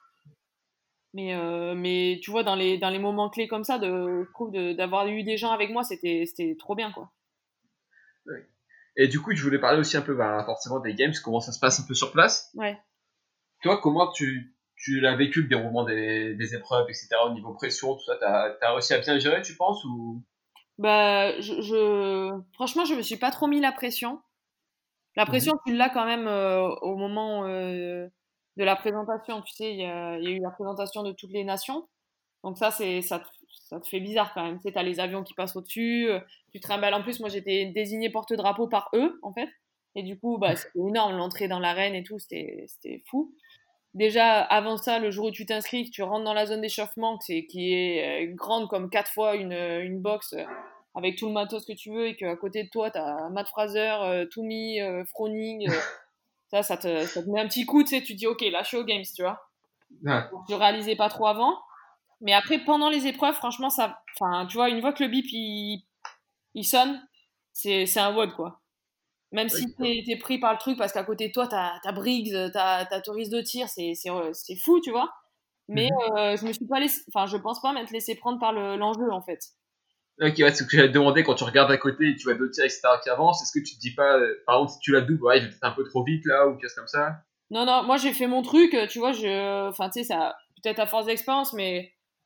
Speaker 3: mais tu vois, dans les moments clés comme ça, je trouve d'avoir eu des gens avec moi, c'était trop bien, quoi.
Speaker 2: Ouais. Et du coup, je voulais parler aussi un peu, bah, forcément des games, comment ça se passe un peu sur place.
Speaker 3: Ouais.
Speaker 2: Toi, comment tu l'as vécu le déroulement des épreuves, etc., au niveau pression, tout ça, t'as réussi à bien gérer, tu penses, ou?
Speaker 3: Bah, franchement, je me suis pas trop mis la pression. La pression,
Speaker 2: Mhm.
Speaker 3: tu l'as quand même au moment de la présentation. Tu sais, il y a eu la présentation de toutes les nations. Donc ça te fait bizarre quand même. Tu sais, t'as les avions qui passent au-dessus, tu te trimbales. En plus, moi, j'étais désignée porte-drapeau par eux, en fait. Et du coup, bah, c'était énorme, l'entrée dans l'arène et tout, c'était fou. Déjà, avant ça, le jour où tu t'inscris, que tu rentres dans la zone d'échauffement, qui est grande comme 4 fois une box, avec tout le matos que tu veux, et qu'à côté de toi, t'as Matt Fraser, Toomey, Froning, ça te met un petit coup, tu sais, tu te dis, ok, là, je suis aux Games, tu vois.
Speaker 2: Ouais.
Speaker 3: Je réalisais pas trop avant. Mais après, pendant les épreuves, franchement, enfin, tu vois, une fois que le bip il sonne, c'est un WOD, quoi. Même
Speaker 2: Oui.
Speaker 3: si t'es pris par le truc parce qu'à côté de toi, t'as Briggs, t'as Touriste de tir, c'est fou, tu vois. Mais
Speaker 2: Mhm.
Speaker 3: je me suis pas laissé, enfin, je pense pas m'être laissé prendre par l'enjeu, en fait.
Speaker 2: Ok, ouais, c'est ce que j'allais te demander quand tu regardes à côté et tu vois d'autres tirs, etc., qui avancent. Est-ce que tu te dis pas, par exemple, si tu la doubles, ouais, je vais peut-être un peu trop vite là, ou quelque chose comme ça?
Speaker 3: Non, non, moi j'ai fait mon truc, tu vois, enfin, tu sais, ça, peut-être à force d'expérience, mais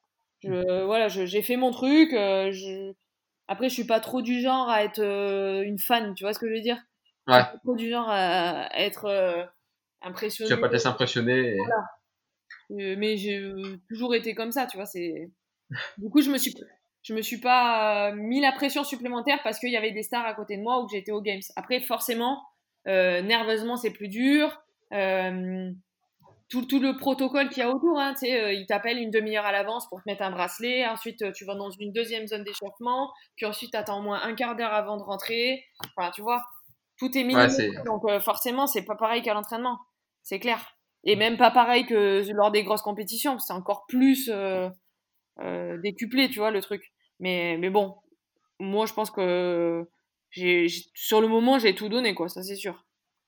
Speaker 3: Voilà, j'ai fait mon truc. Après, je suis pas trop du genre à être une fan, tu vois ce que je veux dire? Je
Speaker 2: Ouais,
Speaker 3: suis pas trop du genre à être
Speaker 2: tu vas
Speaker 3: impressionnée.
Speaker 2: pas te laisser impressionner.
Speaker 3: Mais j'ai toujours été comme ça, tu vois. Du coup, je me suis pas mis la pression supplémentaire parce qu'il y avait des stars à côté de moi ou que j'étais aux Games. Après, forcément, nerveusement, c'est plus dur. Euh, tout le protocole qu'il y a autour, hein, tu sais, ils t'appellent une demi-heure à l'avance pour te mettre un bracelet. Ensuite, tu vas dans une deuxième zone d'échauffement. Puis ensuite, tu attends au moins un quart d'heure avant de rentrer. Enfin, tu vois, tout est
Speaker 2: Ouais,
Speaker 3: minimum.
Speaker 2: c'est.
Speaker 3: Donc, forcément, c'est pas pareil qu'à l'entraînement. C'est clair. Et même pas pareil que lors des grosses compétitions. C'est encore plus décuplé, tu vois, le truc. Mais bon, moi, je pense que sur le moment, j'ai tout donné, quoi. Ça, c'est sûr.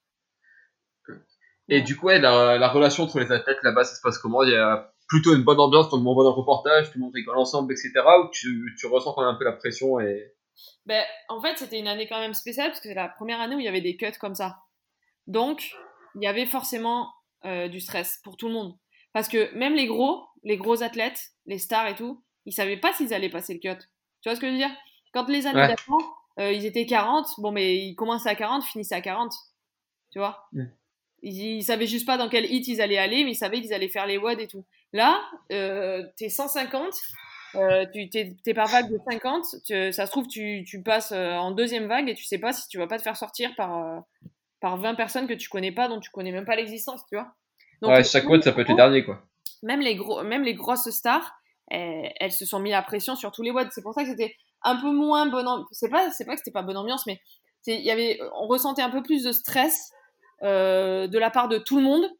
Speaker 2: Et
Speaker 3: Voilà.
Speaker 2: du coup, ouais, la relation entre les athlètes là-bas, ça se passe comment? Il y a plutôt une bonne ambiance comme on voit dans le reportage, tout le monde rigole ensemble, etc. Ou tu ressens quand même un peu la pression et.
Speaker 3: Ben, en fait, c'était une année quand même spéciale parce que c'est la première année où il y avait des cuts comme ça. Donc, il y avait forcément du stress pour tout le monde. Parce que même les gros athlètes, les stars et tout, ils savaient pas s'ils allaient passer le cut. Tu vois ce que je veux dire? Quand les années
Speaker 2: Ouais.
Speaker 3: d'avant, ils étaient 40, bon, mais ils commençaient à 40, finissaient à 40. Tu vois?
Speaker 2: Mm.
Speaker 3: Ils savaient juste pas dans quel hit ils allaient aller, mais ils savaient qu'ils allaient faire les WOD et tout. Là, t'es 150, t'es par vague de 50, ça se trouve, tu passes en deuxième vague et tu sais pas si tu vas pas te faire sortir par 20 personnes que tu connais pas, dont tu connais même pas l'existence, tu vois. Donc,
Speaker 2: Ouais, chaque vote, ça peut être le dernier, quoi.
Speaker 3: même les grosses stars, elles se sont mis la pression sur tous les WOD. C'est pour ça que c'était un peu moins c'est pas que c'était pas bonne ambiance, mais on ressentait un peu plus de stress de la part de tout le monde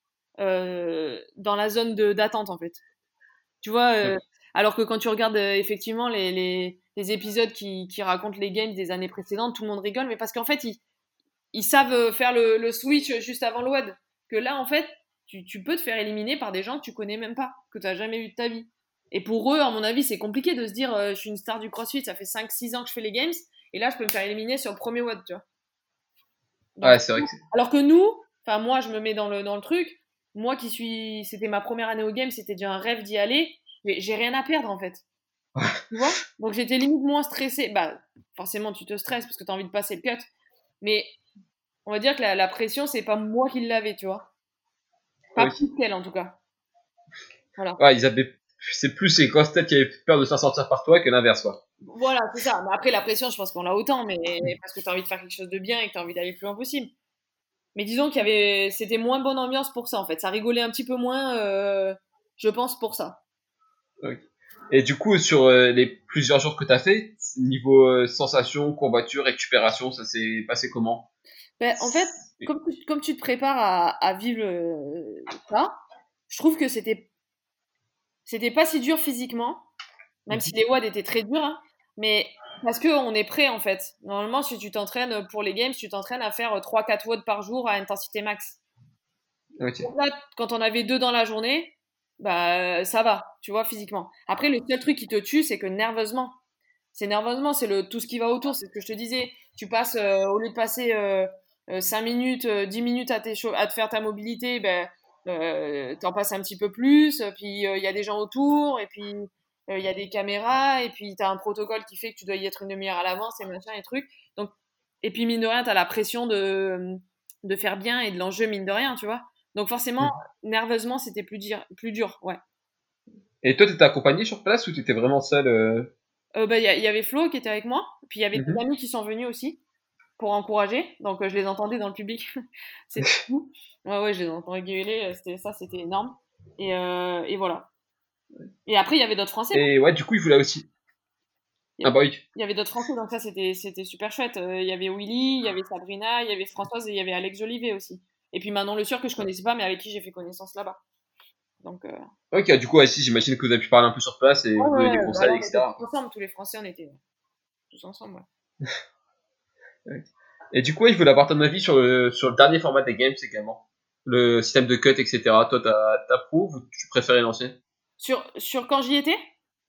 Speaker 3: dans la zone d'attente, en fait. Tu vois,
Speaker 2: Ok.
Speaker 3: alors que quand tu regardes effectivement les épisodes qui racontent les games des années précédentes, tout le monde rigole, mais parce qu'en fait, ils savent faire le switch juste avant le WOD. Que là, en fait, tu peux te faire éliminer par des gens que tu connais même pas, que tu n'as jamais eu de ta vie. Et pour eux, à mon avis, c'est compliqué de se dire je suis une star du CrossFit, ça fait 5-6 ans que je fais les games, et là, je peux me faire éliminer sur le premier WOD, tu vois. Donc,
Speaker 2: Ouais, c'est vrai que c'est.
Speaker 3: alors que nous, enfin, moi, je me mets dans le truc, moi c'était ma première année au game, c'était déjà un rêve d'y aller, mais j'ai rien à perdre, en fait. Tu vois? Donc, j'étais limite moins stressée. Bah, forcément, tu te stresses parce que tu as envie de passer le cut, mais on va dire que la pression, c'est pas moi qui l'avais, tu vois. Pas
Speaker 2: Oui.
Speaker 3: plus qu'elle, en tout cas. Voilà.
Speaker 2: Ouais, ils avaient. C'est plus ces grosses têtes qui avaient peur de s'en sortir par toi que l'inverse, quoi.
Speaker 3: Voilà, c'est ça. Mais après, la pression, je pense qu'on l'a autant, mais parce que tu as envie de faire quelque chose de bien et que tu as envie d'aller le plus loin possible. Mais disons c'était moins bonne ambiance pour ça, en fait. Ça rigolait un petit peu moins, je pense, pour ça.
Speaker 2: Ok. Et du coup, sur les plusieurs jours que t'as fait, niveau sensation, courbature, récupération, ça s'est passé comment?
Speaker 3: Ben, en fait, comme tu te prépares à vivre ça, je trouve que c'était pas si dur physiquement, même si les WOD étaient très durs, hein, mais parce qu'on est prêt en fait. Normalement, si tu t'entraînes pour les games, tu t'entraînes à faire 3-4 WOD par jour à intensité max.
Speaker 2: Ok.
Speaker 3: Donc là, quand on avait 2 dans la journée, bah ça va, tu vois, physiquement. Après, le seul truc qui te tue, c'est que nerveusement. C'est nerveusement, c'est tout ce qui va autour, c'est ce que je te disais. Tu passes, au lieu de passer 5 minutes, 10 minutes à te faire ta mobilité, ben, t'en passes un petit peu plus, puis il y a des gens autour, et puis il y a des caméras, et puis t'as un protocole qui fait que tu dois y être une demi-heure à l'avance, et machin, et trucs. Donc, et puis mine de rien, t'as la pression de faire bien et de l'enjeu, mine de rien, tu vois. Donc forcément, nerveusement, c'était plus dur, ouais.
Speaker 2: Et toi, t'étais accompagné sur place ou t'étais vraiment seul
Speaker 3: Bah, il y avait Flo qui était avec moi, puis il y avait des
Speaker 2: Mhm.
Speaker 3: amis qui sont venus aussi pour encourager, donc je les entendais dans le public, c'était fou. Ouais, ouais, je les entendais gueuler, c'était énorme. Et voilà. Et après, il y avait d'autres Français,
Speaker 2: Et ouais, du coup, il voulait aussi.
Speaker 3: il y
Speaker 2: Ah
Speaker 3: avait,
Speaker 2: bah oui.
Speaker 3: il y avait d'autres Français, donc ça, c'était super chouette. Il y avait Willy, il y avait Sabrina, il y avait Françoise et il y avait Alex Jolivet aussi. Et puis Manon Le Sûr que je connaissais pas, mais avec qui j'ai fait connaissance là-bas. Donc,
Speaker 2: Ok, du coup, ouais, si, j'imagine que vous avez pu parler un peu sur place et
Speaker 3: ouais,
Speaker 2: vous
Speaker 3: ouais,
Speaker 2: donner
Speaker 3: ouais,
Speaker 2: des
Speaker 3: bah là,
Speaker 2: conseils,
Speaker 3: on était
Speaker 2: etc.
Speaker 3: tous ensemble, tous les Français, on était tous ensemble, ouais.
Speaker 2: Ouais. Et du coup, ouais, je voulais avoir ton avis sur le dernier format des games également. Le système de cut, etc. Toi, t'approuves ou tu préférais l'ancien?
Speaker 3: Sur quand j'y étais?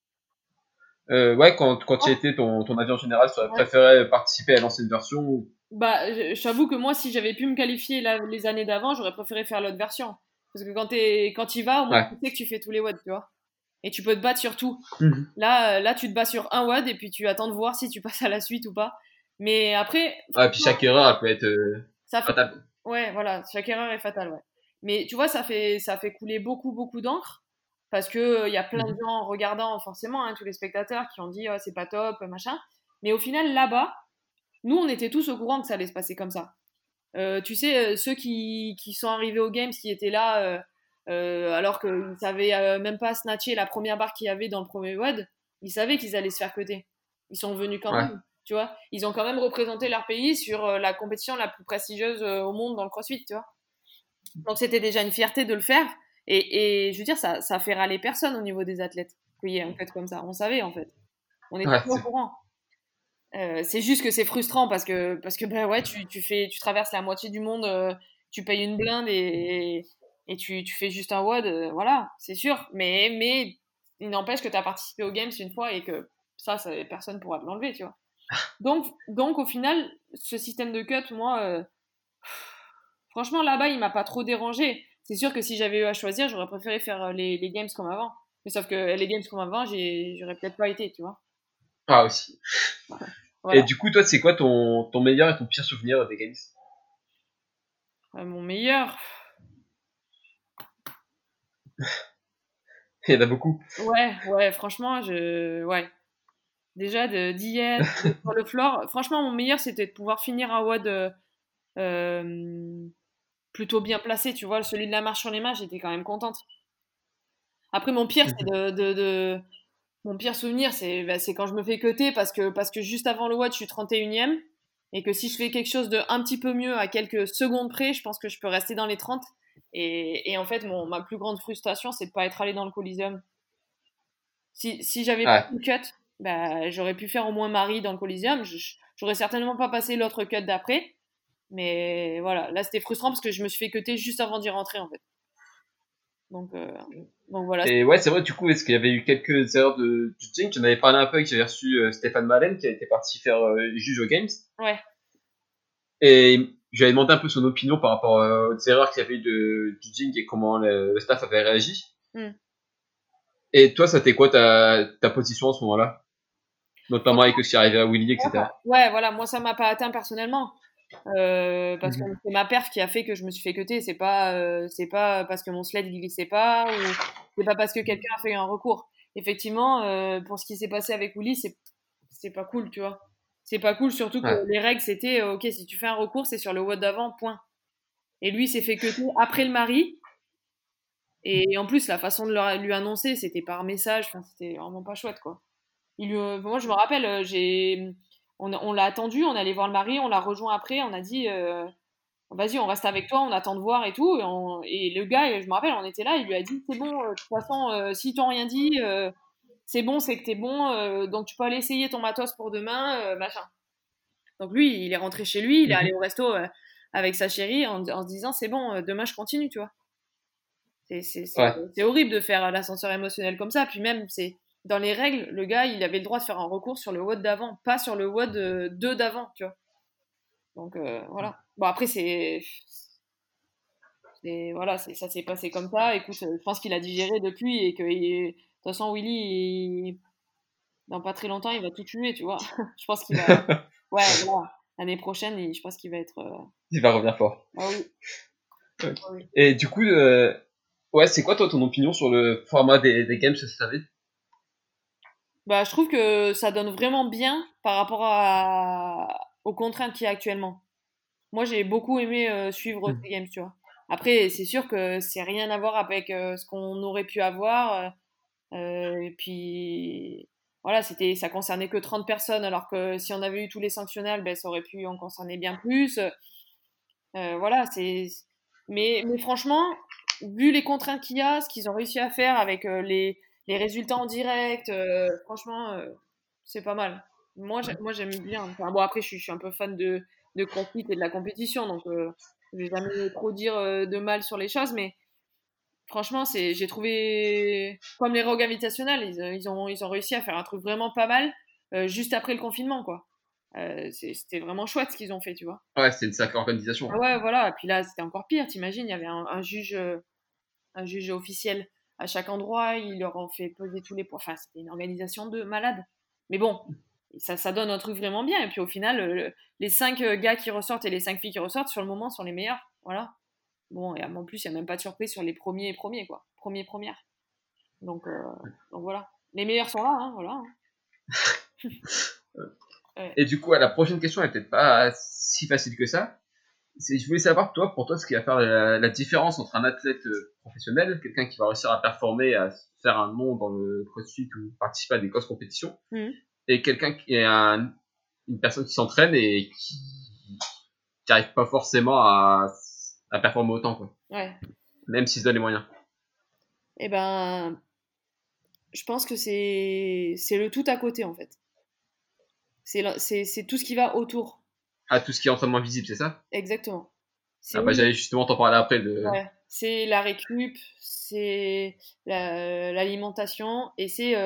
Speaker 2: Ouais, quand tu y étais, ton avis en général, tu aurais
Speaker 3: Ouais.
Speaker 2: préféré participer à l'ancienne version ou.
Speaker 3: Bah, je t'avoue que moi, si j'avais pu me qualifier les années d'avant, j'aurais préféré faire l'autre version. Parce que quand tu y vas, au moins
Speaker 2: Ouais,
Speaker 3: tu sais que tu fais tous les WOD, tu vois. et tu peux te battre sur tout.
Speaker 2: Mhm.
Speaker 3: Là, tu te bats sur un WOD et puis tu attends de voir si tu passes à la suite ou pas. Mais après,
Speaker 2: Ouais, puis chaque erreur, elle peut être
Speaker 3: ça fait,
Speaker 2: fatale.
Speaker 3: ouais, voilà, chaque erreur est fatale, ouais. Mais tu vois, ça fait couler beaucoup, beaucoup d'encre parce que il y a plein de gens en regardant, forcément, hein, tous les spectateurs qui ont dit, oh, c'est pas top, machin. Mais au final, là-bas, nous, on était tous au courant que ça allait se passer comme ça. Tu sais, ceux qui sont arrivés aux Games, qui étaient là, alors qu'ils savaient même pas snatcher la première barre qu'il y avait dans le premier WOD, ils savaient qu'ils allaient se faire cuter. Ils sont venus quand
Speaker 2: Ouais.
Speaker 3: même, tu vois. Ils ont quand même représenté leur pays sur la compétition la plus prestigieuse au monde dans le CrossFit, tu vois. Donc c'était déjà une fierté de le faire. Et je veux dire, ça fait râler personne au niveau des athlètes qu'il y ait un cut comme ça. On savait, en fait. On était
Speaker 2: Ouais,
Speaker 3: au courant. C'est juste que c'est frustrant parce que bah ouais, tu traverses la moitié du monde, tu payes une blinde et tu fais juste un WOD, voilà, c'est sûr. Mais il n'empêche que tu as participé aux Games une fois et que personne pourra te l'enlever, tu vois. Donc au final, ce système de cut, moi, franchement, là-bas, il m'a pas trop dérangé. C'est sûr que si j'avais eu à choisir, j'aurais préféré faire les Games comme avant. Mais sauf que les Games comme avant, j'aurais peut-être pas été, tu vois.
Speaker 2: ah aussi. Et
Speaker 3: Voilà.
Speaker 2: du coup, toi, c'est quoi ton meilleur et ton pire souvenir des Games?
Speaker 3: Mon meilleur.
Speaker 2: Il y en a beaucoup.
Speaker 3: Ouais, franchement, ouais. Déjà, d'y être, d'être sur le floor. Franchement, mon meilleur, c'était de pouvoir finir un WOD plutôt bien placé. Tu vois, celui de la marche sur les mains, j'étais quand même contente. Après, mon pire, c'est
Speaker 2: Mhm.
Speaker 3: mon pire souvenir, c'est quand je me fais cutter parce que juste avant le WOD, je suis 31e. Et que si je fais quelque chose de un petit peu mieux à quelques secondes près, je pense que je peux rester dans les 30. Et en fait, ma plus grande frustration, c'est de pas être allé dans le Coliseum. Si j'avais pas
Speaker 2: Ouais.
Speaker 3: fait le cut, bah, j'aurais pu faire au moins Marie dans le Coliseum. J'aurais certainement pas passé l'autre cut d'après. Mais voilà, là c'était frustrant parce que je me suis fait cutter juste avant d'y rentrer en fait. Donc, euh, donc voilà.
Speaker 2: Et ouais, c'est vrai, du coup, est-ce qu'il y avait eu quelques erreurs de judging? J'en avais parlé un peu, que j'avais reçu Stéphane Malène, qui était parti faire juge aux Games.
Speaker 3: Ouais.
Speaker 2: Et je lui avais demandé un peu son opinion par rapport aux erreurs qu'il y avait eu de judging et comment le staff avait réagi.
Speaker 3: Hmm.
Speaker 2: Et toi, ça t'est quoi ta position à ce moment-là? Notamment avec ce qui arrivait à Willy, etc.
Speaker 3: Ouais, voilà, moi ça m'a pas atteint personnellement. Parce que
Speaker 2: Mhm.
Speaker 3: c'est ma perf qui a fait que je me suis fait cutter. C'est pas parce que mon sled il glissait pas ou c'est pas parce que quelqu'un a fait un recours. Effectivement, pour ce qui s'est passé avec Willy, c'est pas cool, tu vois. C'est pas cool, surtout que
Speaker 2: Ouais.
Speaker 3: les règles c'était ok, si tu fais un recours, c'est sur le WOD d'avant, point. Et lui, il s'est fait cutter après le mari. Et en plus, la façon de lui annoncer, c'était par message. Enfin, c'était vraiment pas chouette, quoi. Moi, je me rappelle, on l'a attendu, on allait voir le mari, on l'a rejoint après, on a dit, vas-y, on reste avec toi, on attend de voir et tout. Et le gars, je me rappelle, on était là, il lui a dit, c'est bon, de toute façon, s'ils t'ont rien dit, c'est bon, c'est que t'es bon, donc tu peux aller essayer ton matos pour demain, machin. Donc lui, il est rentré chez lui, il est allé
Speaker 2: Mhm.
Speaker 3: au resto avec sa chérie en se disant, c'est bon, demain je continue, tu vois.
Speaker 2: Ouais.
Speaker 3: C'est horrible de faire l'ascenseur émotionnel comme ça. Puis même, c'est dans les règles, le gars, il avait le droit de faire un recours sur le WOD d'avant, pas sur le WOD 2 d'avant, tu vois. Donc voilà. Bon, après, voilà, ça s'est passé comme ça. Écoute, je pense qu'il a digéré depuis et que, de toute façon, Willy, dans pas très longtemps, il va tout tuer, tu vois. Je pense qu'il va. Ouais, voilà. L'année prochaine, je pense qu'il va être.
Speaker 2: Il va revenir fort.
Speaker 3: Ah oui.
Speaker 2: Ok.
Speaker 3: Ah oui.
Speaker 2: Et du coup, ouais, c'est quoi toi ton opinion sur le format des games cette année?
Speaker 3: Bah, je trouve que ça donne vraiment bien par rapport aux contraintes qu'il y a actuellement. Moi, j'ai beaucoup aimé suivre
Speaker 2: Mhm.
Speaker 3: ces games, tu vois. Après, c'est sûr que c'est rien à voir avec ce qu'on aurait pu avoir. Et puis, voilà, ça concernait que 30 personnes, alors que si on avait eu tous les sanctionnels, ben, ça aurait pu en concerner bien plus. Voilà, mais franchement, vu les contraintes qu'il y a, ce qu'ils ont réussi à faire avec les résultats en direct, franchement, c'est pas mal. Moi, j'aime bien. Enfin, bon, après, je suis un peu fan de CrossFit et de la compétition, donc je vais jamais trop dire de mal sur les choses, mais franchement, j'ai trouvé, comme les Rogue Invitational, ils ont réussi à faire un truc vraiment pas mal juste après le confinement, quoi. C'était vraiment chouette ce qu'ils ont fait, tu vois.
Speaker 2: Ouais, c'est une sacrée organisation.
Speaker 3: Ah ouais, voilà. Et puis là, c'était encore pire. T'imagines, il y avait un juge officiel. à chaque endroit, il leur en fait peser tous les poids. Enfin, c'était une organisation de malade. Mais bon, ça donne un truc vraiment bien. Et puis au final, les 5 gars qui ressortent et les 5 filles qui ressortent, sur le moment, sont les meilleurs. Voilà. Bon, et en plus, il n'y a même pas de surprise sur les premiers, quoi. Premières. Donc voilà. Les meilleurs sont là, hein, voilà. Ouais.
Speaker 2: Et du coup, la prochaine question est peut-être pas si facile que ça. Je voulais savoir, pour toi, ce qui va faire la différence entre un athlète professionnel, quelqu'un qui va réussir à performer, à se faire un nom dans le CrossFit ou participer à des grosses compétitions, et quelqu'un qui est une personne qui s'entraîne et qui n'arrive pas forcément à performer autant, quoi.
Speaker 3: Ouais.
Speaker 2: Même s'il se donne les moyens.
Speaker 3: Eh ben, je pense que c'est le tout à côté, en fait. C'est tout ce qui va autour.
Speaker 2: Ah, tout ce qui est entraînement visible, c'est ça?
Speaker 3: Exactement.
Speaker 2: J'allais justement t'en parler après.
Speaker 3: Ouais. C'est la récup, c'est l'alimentation et c'est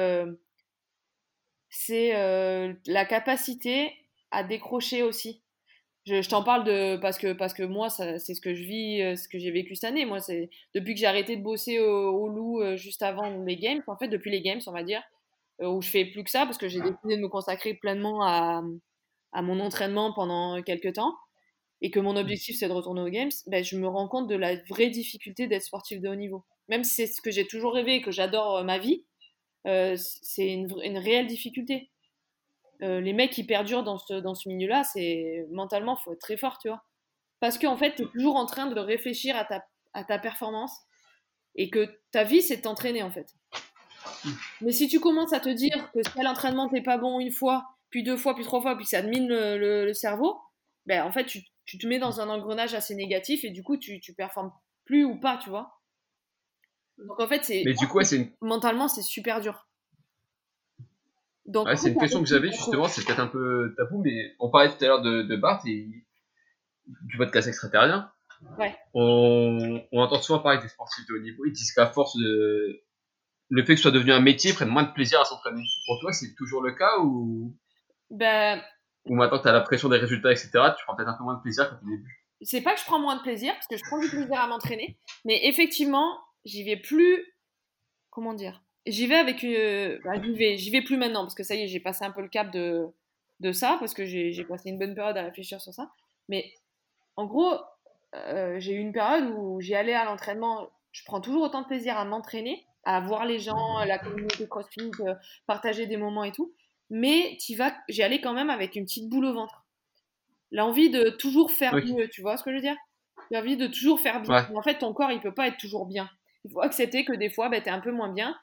Speaker 3: la capacité à décrocher aussi. Je t'en parle parce que moi, c'est ce que je vis, ce que j'ai vécu cette année. Moi, c'est depuis que j'ai arrêté de bosser au Loup juste avant les Games, en fait, depuis les Games, on va dire, où je fais plus que ça parce que j'ai décidé de me consacrer pleinement à mon entraînement pendant quelques temps et que mon objectif c'est de retourner aux Games, ben, je me rends compte de la vraie difficulté d'être sportif de haut niveau. Même si c'est ce que j'ai toujours rêvé et que j'adore ma vie, c'est une réelle difficulté. Les mecs qui perdurent dans ce milieu-là, c'est mentalement, faut être très fort, tu vois. Parce qu'en fait, tu es toujours en train de réfléchir à ta performance et que ta vie, c'est de t'entraîner, en fait. Mais si tu commences à te dire que si à l'entraînement, t'es pas bon une fois, puis 2 fois, puis 3 fois, puis ça te mine le cerveau, ben, en fait, tu te mets dans un engrenage assez négatif et du coup, tu performes plus ou pas, tu vois. Donc, en fait,
Speaker 2: Mais du coup,
Speaker 3: mentalement, c'est super dur. Donc,
Speaker 2: c'est une question que j'avais justement, c'est peut-être un peu tabou, mais on parlait tout à l'heure de Bart et du podcast extraterrien.
Speaker 3: Ouais.
Speaker 2: On entend souvent parler des sportifs de haut niveau, ils disent qu'à force de le fait que ce soit devenu un métier, ils prennent moins de plaisir à s'entraîner. Pour toi, c'est toujours le cas ou maintenant tu as la pression des résultats, etc., tu prends peut-être un peu moins de plaisir qu'au début?
Speaker 3: C'est pas que je prends moins de plaisir, parce que je prends du plaisir à m'entraîner, mais effectivement, j'y vais plus. Comment dire? J'y vais avec. J'y vais plus maintenant, parce que ça y est, j'ai passé un peu le cap de ça, parce que j'ai passé une bonne période à réfléchir sur ça. Mais en gros, j'ai eu une période où j'y allais à l'entraînement. Je prends toujours autant de plaisir à m'entraîner, à voir les gens, la communauté CrossFit, partager des moments et tout. Mais j'y allais quand même avec une petite boule au ventre. L'envie de toujours faire mieux, tu vois ce que je veux dire? L'envie de toujours faire bien.
Speaker 2: Ouais.
Speaker 3: En fait, ton corps, il peut pas être toujours bien. Il faut accepter que des fois, bah, tu es un peu moins bien.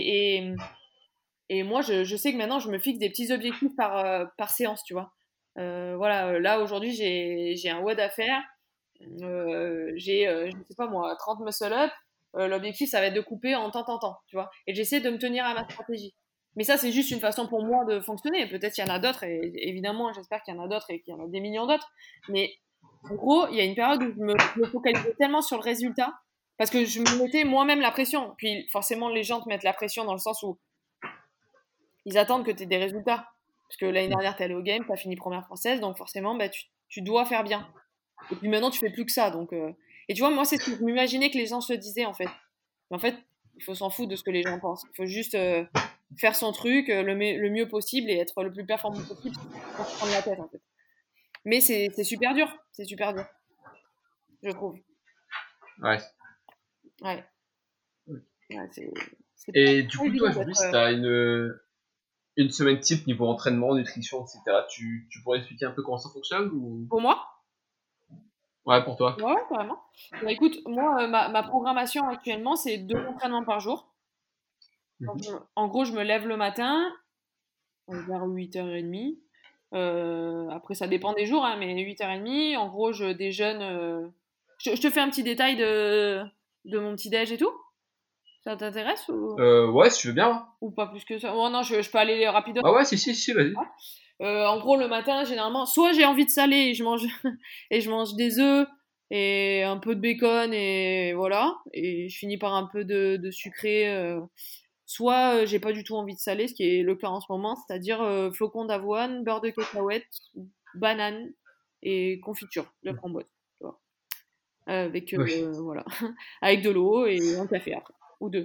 Speaker 3: Et moi, je sais que maintenant, je me fixe des petits objectifs par séance, tu vois. Voilà, là, aujourd'hui, j'ai un WOD à faire. Je sais pas moi, 30 muscle-up. L'objectif, ça va être de couper en temps, tu vois. Et j'essaie de me tenir à ma stratégie. Mais ça, c'est juste une façon pour moi de fonctionner. Peut-être qu'il y en a d'autres, et évidemment, j'espère qu'il y en a d'autres et qu'il y en a des millions d'autres. Mais en gros, il y a une période où je me focalisais tellement sur le résultat, parce que je me mettais moi-même la pression. Puis forcément, les gens te mettent la pression dans le sens où ils attendent que tu aies des résultats. Parce que l'année dernière, tu es allé au game, tu as fini première française, donc forcément, bah, tu dois faire bien. Et puis maintenant, tu fais plus que ça. Donc, Et tu vois, moi, c'est ce que je m'imaginais que les gens se disaient, en fait. Mais en fait, il faut s'en foutre de ce que les gens pensent. Il faut juste faire son truc le mieux possible et être le plus performant possible sans se prendre la tête, en fait. Mais c'est super dur. C'est super dur. Je trouve.
Speaker 2: Ouais.
Speaker 3: Ouais.
Speaker 2: Et du coup, toi, aujourd'hui, si tu as une semaine type niveau entraînement, nutrition, etc., tu pourrais expliquer un peu comment ça fonctionne ou...
Speaker 3: Pour moi?
Speaker 2: Ouais, pour toi.
Speaker 3: Ouais, carrément. Bah, écoute, moi, ma programmation actuellement, c'est 2 entraînements par jour. Donc, en gros, je me lève le matin, vers 8h30. Après, ça dépend des jours, hein, mais 8h30. En gros, je déjeune. Je te fais un petit détail de mon petit déj et tout. Ça t'intéresse
Speaker 2: ouais, si tu veux bien.
Speaker 3: Ou pas plus que ça? Oh non, je peux aller rapidement.
Speaker 2: Ah ouais, si, vas-y.
Speaker 3: En gros, le matin, généralement, soit j'ai envie de saler et je mange, et je mange des œufs et un peu de bacon et voilà. Et je finis par un peu de sucré. Soit j'ai pas du tout envie de saler, ce qui est le cas en ce moment, c'est-à-dire flocons d'avoine, beurre de cacahuète, banane et confiture de framboise. Tu vois. Avec, voilà. Avec de l'eau et un café après. Ou deux.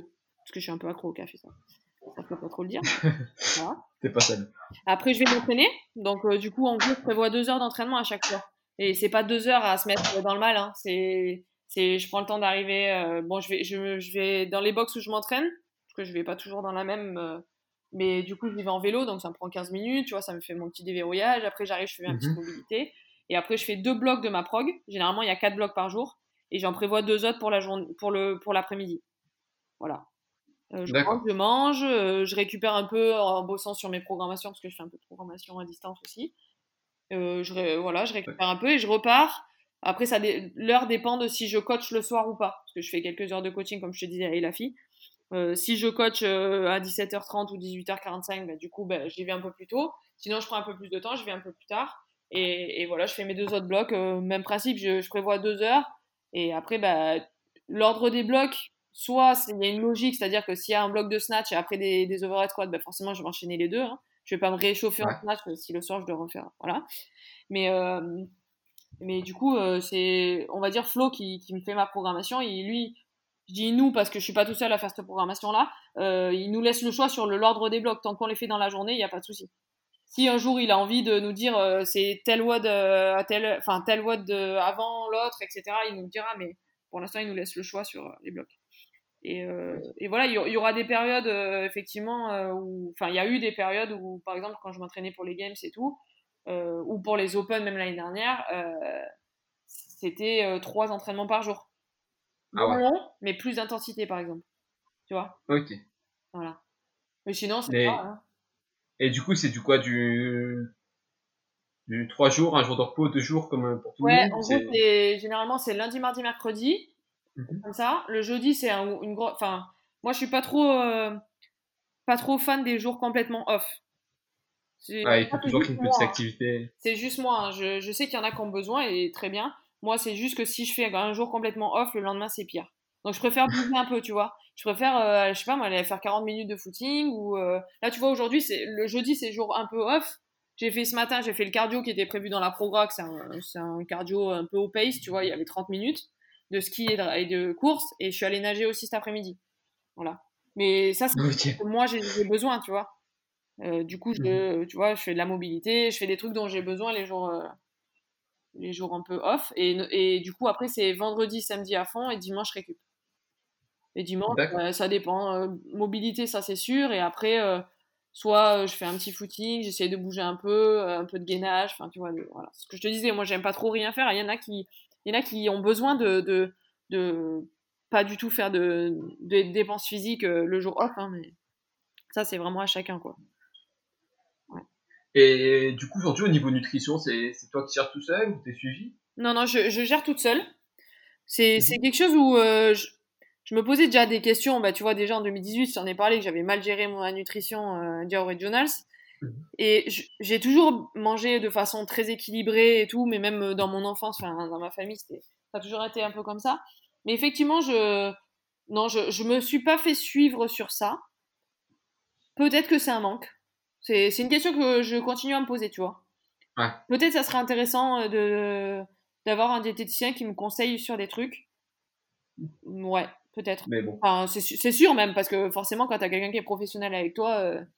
Speaker 3: parce que je suis un peu accro au café, ça peut pas trop le dire. Voilà.
Speaker 2: T'es pas seul.
Speaker 3: Après, je vais m'entraîner. Donc, du coup, en gros, je prévois 2 heures d'entraînement à chaque fois. Et c'est pas 2 heures à se mettre dans le mal. Hein. Je prends le temps d'arriver. Bon, je vais dans les box où je m'entraîne, parce que je vais pas toujours dans la même. Mais du coup, je vais en vélo, donc ça me prend 15 minutes. Tu vois, ça me fait mon petit déverrouillage. Après, j'arrive, je fais ma petite mobilité. Et après, je fais 2 blocs de ma prog. Généralement, il y a 4 blocs par jour. Et j'en prévois 2 autres pour la journée, pour l'après-midi. Voilà.
Speaker 2: D'accord.
Speaker 3: Je mange, je récupère un peu en bossant sur mes programmations, parce que je fais un peu de programmation à distance aussi. Voilà, je
Speaker 2: Ouais.
Speaker 3: récupère un peu et je repars. Après, l'heure dépend de si je coach le soir ou pas, parce que je fais quelques heures de coaching, comme je te disais, avec la fille. Si je coach à 17h30 ou 18h45, bah, du coup, bah, j'y vais un peu plus tôt. Sinon, je prends un peu plus de temps, je vais un peu plus tard. Et voilà, je fais mes 2 autres blocs. Même principe, je prévois 2 heures. Et après, bah, l'ordre des blocs, soit il y a une logique, c'est-à-dire que s'il y a un bloc de snatch et après des overhead squats, bah, forcément, je vais enchaîner les deux. Hein. Je vais pas me réchauffer en
Speaker 2: Ouais.
Speaker 3: snatch si le soir je dois refaire. Voilà. Mais, euh, mais du coup, c'est, on va dire, Flo qui me fait ma programmation. Et lui, je dis nous parce que je suis pas tout seul à faire cette programmation-là. Il nous laisse le choix sur l'ordre des blocs. Tant qu'on les fait dans la journée, il n'y a pas de souci. Si un jour il a envie de nous dire c'est tel WOD à tel WOD avant l'autre, etc., il nous dira. Mais pour l'instant, il nous laisse le choix sur les blocs. Et voilà, il y aura des périodes effectivement où, enfin, il y a eu des périodes où, par exemple, quand je m'entraînais pour les games et tout, ou pour les Open même l'année dernière, c'était 3 entraînements par jour.
Speaker 2: Ah
Speaker 3: Moins
Speaker 2: ouais.
Speaker 3: long, mais plus d'intensité, par exemple. Tu vois?
Speaker 2: Ok.
Speaker 3: Voilà. Mais sinon, c'est ça.
Speaker 2: Mais,
Speaker 3: Hein.
Speaker 2: et du coup, c'est du quoi? Du 3 jours, un jour de repos, 2 jours comme pour tout le
Speaker 3: Ouais,
Speaker 2: monde? Ou
Speaker 3: en gros,
Speaker 2: c'est...
Speaker 3: généralement, c'est lundi, mardi, mercredi,
Speaker 2: Mhm.
Speaker 3: comme ça. Le jeudi, c'est une grosse. Enfin, moi, je suis pas trop fan des jours complètement off.
Speaker 2: Ouais, il faut
Speaker 3: Ça, c'est
Speaker 2: toujours
Speaker 3: juste
Speaker 2: qu'il y ait une
Speaker 3: moi.
Speaker 2: petite
Speaker 3: Hein.
Speaker 2: activité.
Speaker 3: C'est juste moi. Hein. Je sais qu'il y en a qui ont besoin et très bien. Moi, c'est juste que si je fais un jour complètement off, le lendemain, c'est pire. Donc, je préfère bouger un peu, tu vois. Je préfère, je sais pas, moi, aller faire 40 minutes de footing ou là, tu vois, aujourd'hui, le jeudi, c'est jour un peu off. Ce matin, j'ai fait le cardio qui était prévu dans la progrog. C'est un cardio un peu au pace, tu vois. Il y avait 30 minutes de ski et de course et je suis allée nager aussi cet après-midi. Voilà. Mais ça, c'est
Speaker 2: Ok.
Speaker 3: parce que moi, j'ai besoin, tu vois. Du coup,
Speaker 2: Mhm.
Speaker 3: tu vois, je fais de la mobilité, je fais des trucs dont j'ai besoin les jours un peu off. Et du coup, après, c'est vendredi, samedi à fond et dimanche, je récup. Et dimanche,
Speaker 2: D'accord.
Speaker 3: ça dépend. Mobilité, ça c'est sûr. Et après, soit je fais un petit footing, j'essaie de bouger un peu de gainage. Enfin, tu vois, voilà. Ce que je te disais, moi, j'aime pas trop rien faire. Il y en a qui ont besoin de pas du tout faire de dépenses physiques le jour off. Hein, mais ça, c'est vraiment à chacun, quoi. Ouais.
Speaker 2: Et du coup, aujourd'hui, au niveau nutrition, c'est toi qui gères tout seul ou t'es suivi?
Speaker 3: Non, non, je gère toute seule. C'est
Speaker 2: Mhm.
Speaker 3: quelque chose où je me posais déjà des questions. Bah, tu vois, déjà en 2018, j'en ai parlé que j'avais mal géré ma nutrition déjà au Regionals.
Speaker 2: Mhm.
Speaker 3: Et j'ai toujours mangé de façon très équilibrée et tout, mais même dans mon enfance, enfin, dans ma famille, ça a toujours été un peu comme ça. Mais effectivement, non, je me suis pas fait suivre sur ça. Peut-être que c'est un manque. C'est une question que je continue à me poser, tu vois.
Speaker 2: Ouais,
Speaker 3: Peut-être ça serait intéressant d'avoir un diététicien qui me conseille sur des trucs. Ouais, peut-être.
Speaker 2: mais bon.
Speaker 3: Enfin, c'est sûr même, parce que forcément, quand t'as quelqu'un qui est professionnel avec toi,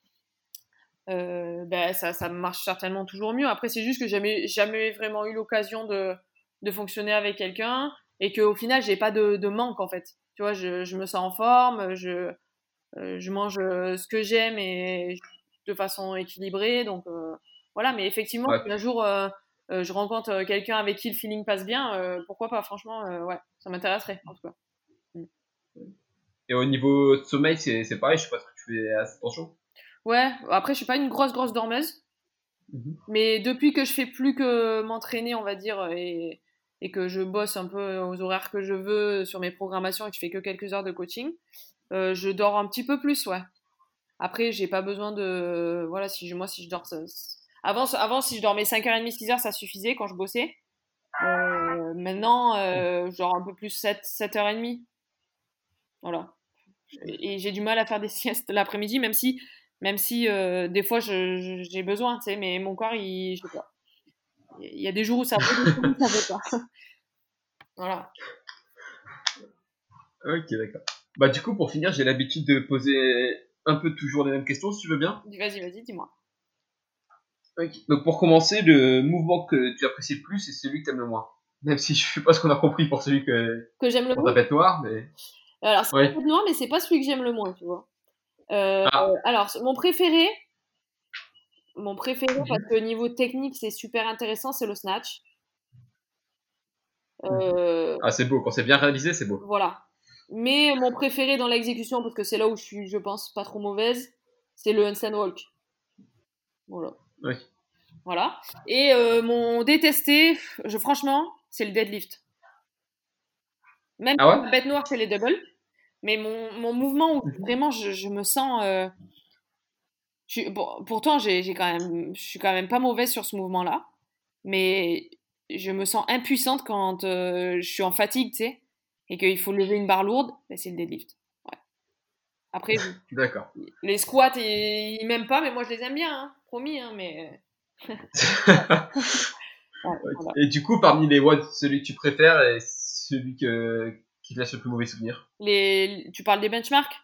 Speaker 3: ben, ça marche certainement toujours mieux. Après, c'est juste que jamais vraiment eu l'occasion de fonctionner avec quelqu'un et qu'au final, j'ai pas de manque en fait. Tu vois, je me sens en forme, je mange ce que j'aime et de façon équilibrée. Donc voilà, mais effectivement,
Speaker 2: Ouais.
Speaker 3: si un jour je rencontre quelqu'un avec qui le feeling passe bien, pourquoi pas, franchement, ouais, ça m'intéresserait en tout cas. Mm.
Speaker 2: Et au niveau de sommeil, c'est pareil, je sais pas ce que tu fais assez attention.
Speaker 3: Ouais, après, je suis pas une grosse dormeuse.
Speaker 2: Mhm.
Speaker 3: Mais depuis que je fais plus que m'entraîner, on va dire, et que je bosse un peu aux horaires que je veux sur mes programmations et que je fais que quelques heures de coaching, je dors un petit peu plus, ouais. Après, j'ai pas besoin de. Voilà, si je dors. Avant, si je dormais 5h30, 6 heures, ça suffisait quand je bossais. Maintenant, je dors un peu plus 7h30. Voilà. Et j'ai du mal à faire des siestes l'après-midi, même si des fois j'ai besoin, tu sais, mais mon corps, je sais pas. Il y a des jours où ça veut, des jours où ça veut pas. Voilà.
Speaker 2: Ok, d'accord. Bah, du coup, pour finir, j'ai l'habitude de poser un peu toujours les mêmes questions, si tu veux bien.
Speaker 3: Vas-y, dis-moi.
Speaker 2: Ok. Donc, pour commencer, le mouvement que tu apprécies le plus, c'est celui que tu aimes le moins. Même si je sais pas ce qu'on a compris pour celui
Speaker 3: Que j'aime le
Speaker 2: pour ta
Speaker 3: moins.
Speaker 2: bête noire, mais.
Speaker 3: Alors, c'est
Speaker 2: Oui.
Speaker 3: pas noir, mais c'est pas celui que j'aime le moins, tu vois.
Speaker 2: Ah.
Speaker 3: Alors, mon préféré parce que niveau technique, c'est super intéressant, c'est le snatch. Euh,
Speaker 2: Ah, c'est beau. Quand c'est bien réalisé, c'est beau.
Speaker 3: voilà. Mais mon préféré dans l'exécution, parce que c'est là où je suis, je pense, pas trop mauvaise, c'est le handstand walk. Voilà.
Speaker 2: Oui.
Speaker 3: Voilà. Et mon détesté, franchement, c'est le deadlift. Même
Speaker 2: Ah
Speaker 3: si
Speaker 2: ouais?
Speaker 3: la bête noire, c'est les doubles. Mais mon mouvement où vraiment je me sens. Pourtant, je suis quand même pas mauvaise sur ce mouvement-là. Mais je me sens impuissante quand je suis en fatigue, tu sais, et qu'il faut lever une barre lourde, ben, c'est le deadlift. Ouais. Après,
Speaker 2: D'accord.
Speaker 3: les squats, ils m'aiment pas, mais moi je les aime bien, hein, promis, hein, mais. Ouais,
Speaker 2: Ok.
Speaker 3: voilà.
Speaker 2: Et du coup, parmi les WOD, celui que tu préfères est celui qui te laisse le plus mauvais souvenir.
Speaker 3: Tu parles des benchmarks?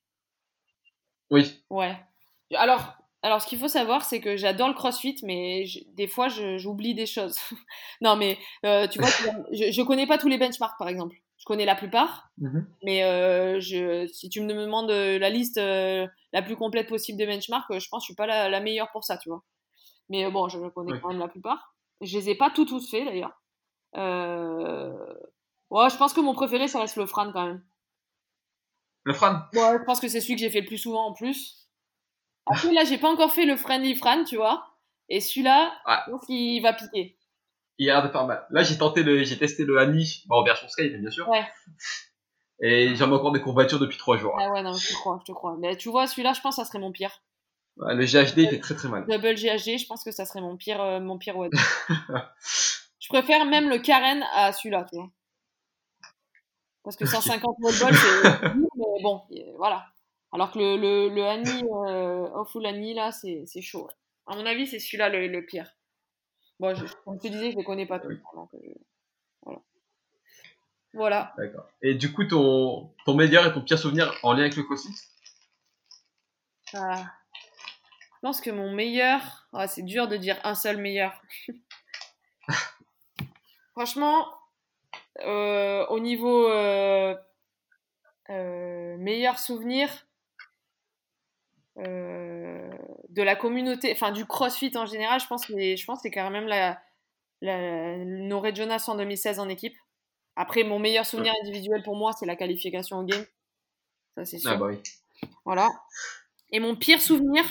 Speaker 2: Oui.
Speaker 3: Ouais. Alors, ce qu'il faut savoir, c'est que j'adore le CrossFit, mais des fois, j'oublie des choses. Non, mais tu vois, je connais pas tous les benchmarks, par exemple. Je connais la plupart, mais si tu me demandes la liste la plus complète possible des benchmarks, je pense que je suis pas la meilleure pour ça, tu vois. Mais bon, je connais
Speaker 2: Oui.
Speaker 3: quand même la plupart. Je les ai pas tous faits, d'ailleurs. Euh... Ouais, je pense que mon préféré, ça reste le Fran, quand même.
Speaker 2: Le Fran.
Speaker 3: Ouais, je pense que c'est celui que j'ai fait le plus souvent, en plus. Après, là, j'ai pas encore fait le Friendly Fran, tu vois. Et celui-là, je
Speaker 2: Ah,
Speaker 3: pense qu'il va piquer.
Speaker 2: il a l'air de pas mal. Là, j'ai testé le Hani, bon, en version Sky, bien sûr.
Speaker 3: Ouais.
Speaker 2: Et j'en ai encore des courbatures depuis 3 jours.
Speaker 3: Ah ouais, non, je te crois, je te crois. Mais tu vois, celui-là, je pense que ça serait mon pire.
Speaker 2: Ouais, le GHD, il fait très très mal.
Speaker 3: Double GHG, je pense que ça serait mon pire WOD. Je préfère même le Karen à celui-là, tu vois. Parce que 150 wall ball, c'est dur, mais bon, voilà. Alors que le Hani, Awful Hani, là, c'est chaud. Ouais. À mon avis, c'est celui-là le pire. Bon, comme je te disais, je les connais pas tous. Donc, voilà. Voilà.
Speaker 2: D'accord. Et du coup, ton meilleur et ton pire souvenir en lien avec le CrossFit?
Speaker 3: Ah, je pense que mon meilleur, c'est dur de dire un seul meilleur. Franchement, au niveau meilleur souvenir euh, de la communauté, enfin du CrossFit en général, je pense que c'est quand même nos Regionas en 2016 en équipe. Après, mon meilleur
Speaker 2: Ouais.
Speaker 3: souvenir individuel pour moi, c'est la qualification au game, ça c'est
Speaker 2: Ah
Speaker 3: sûr.
Speaker 2: bah oui.
Speaker 3: Voilà. Et mon pire souvenir,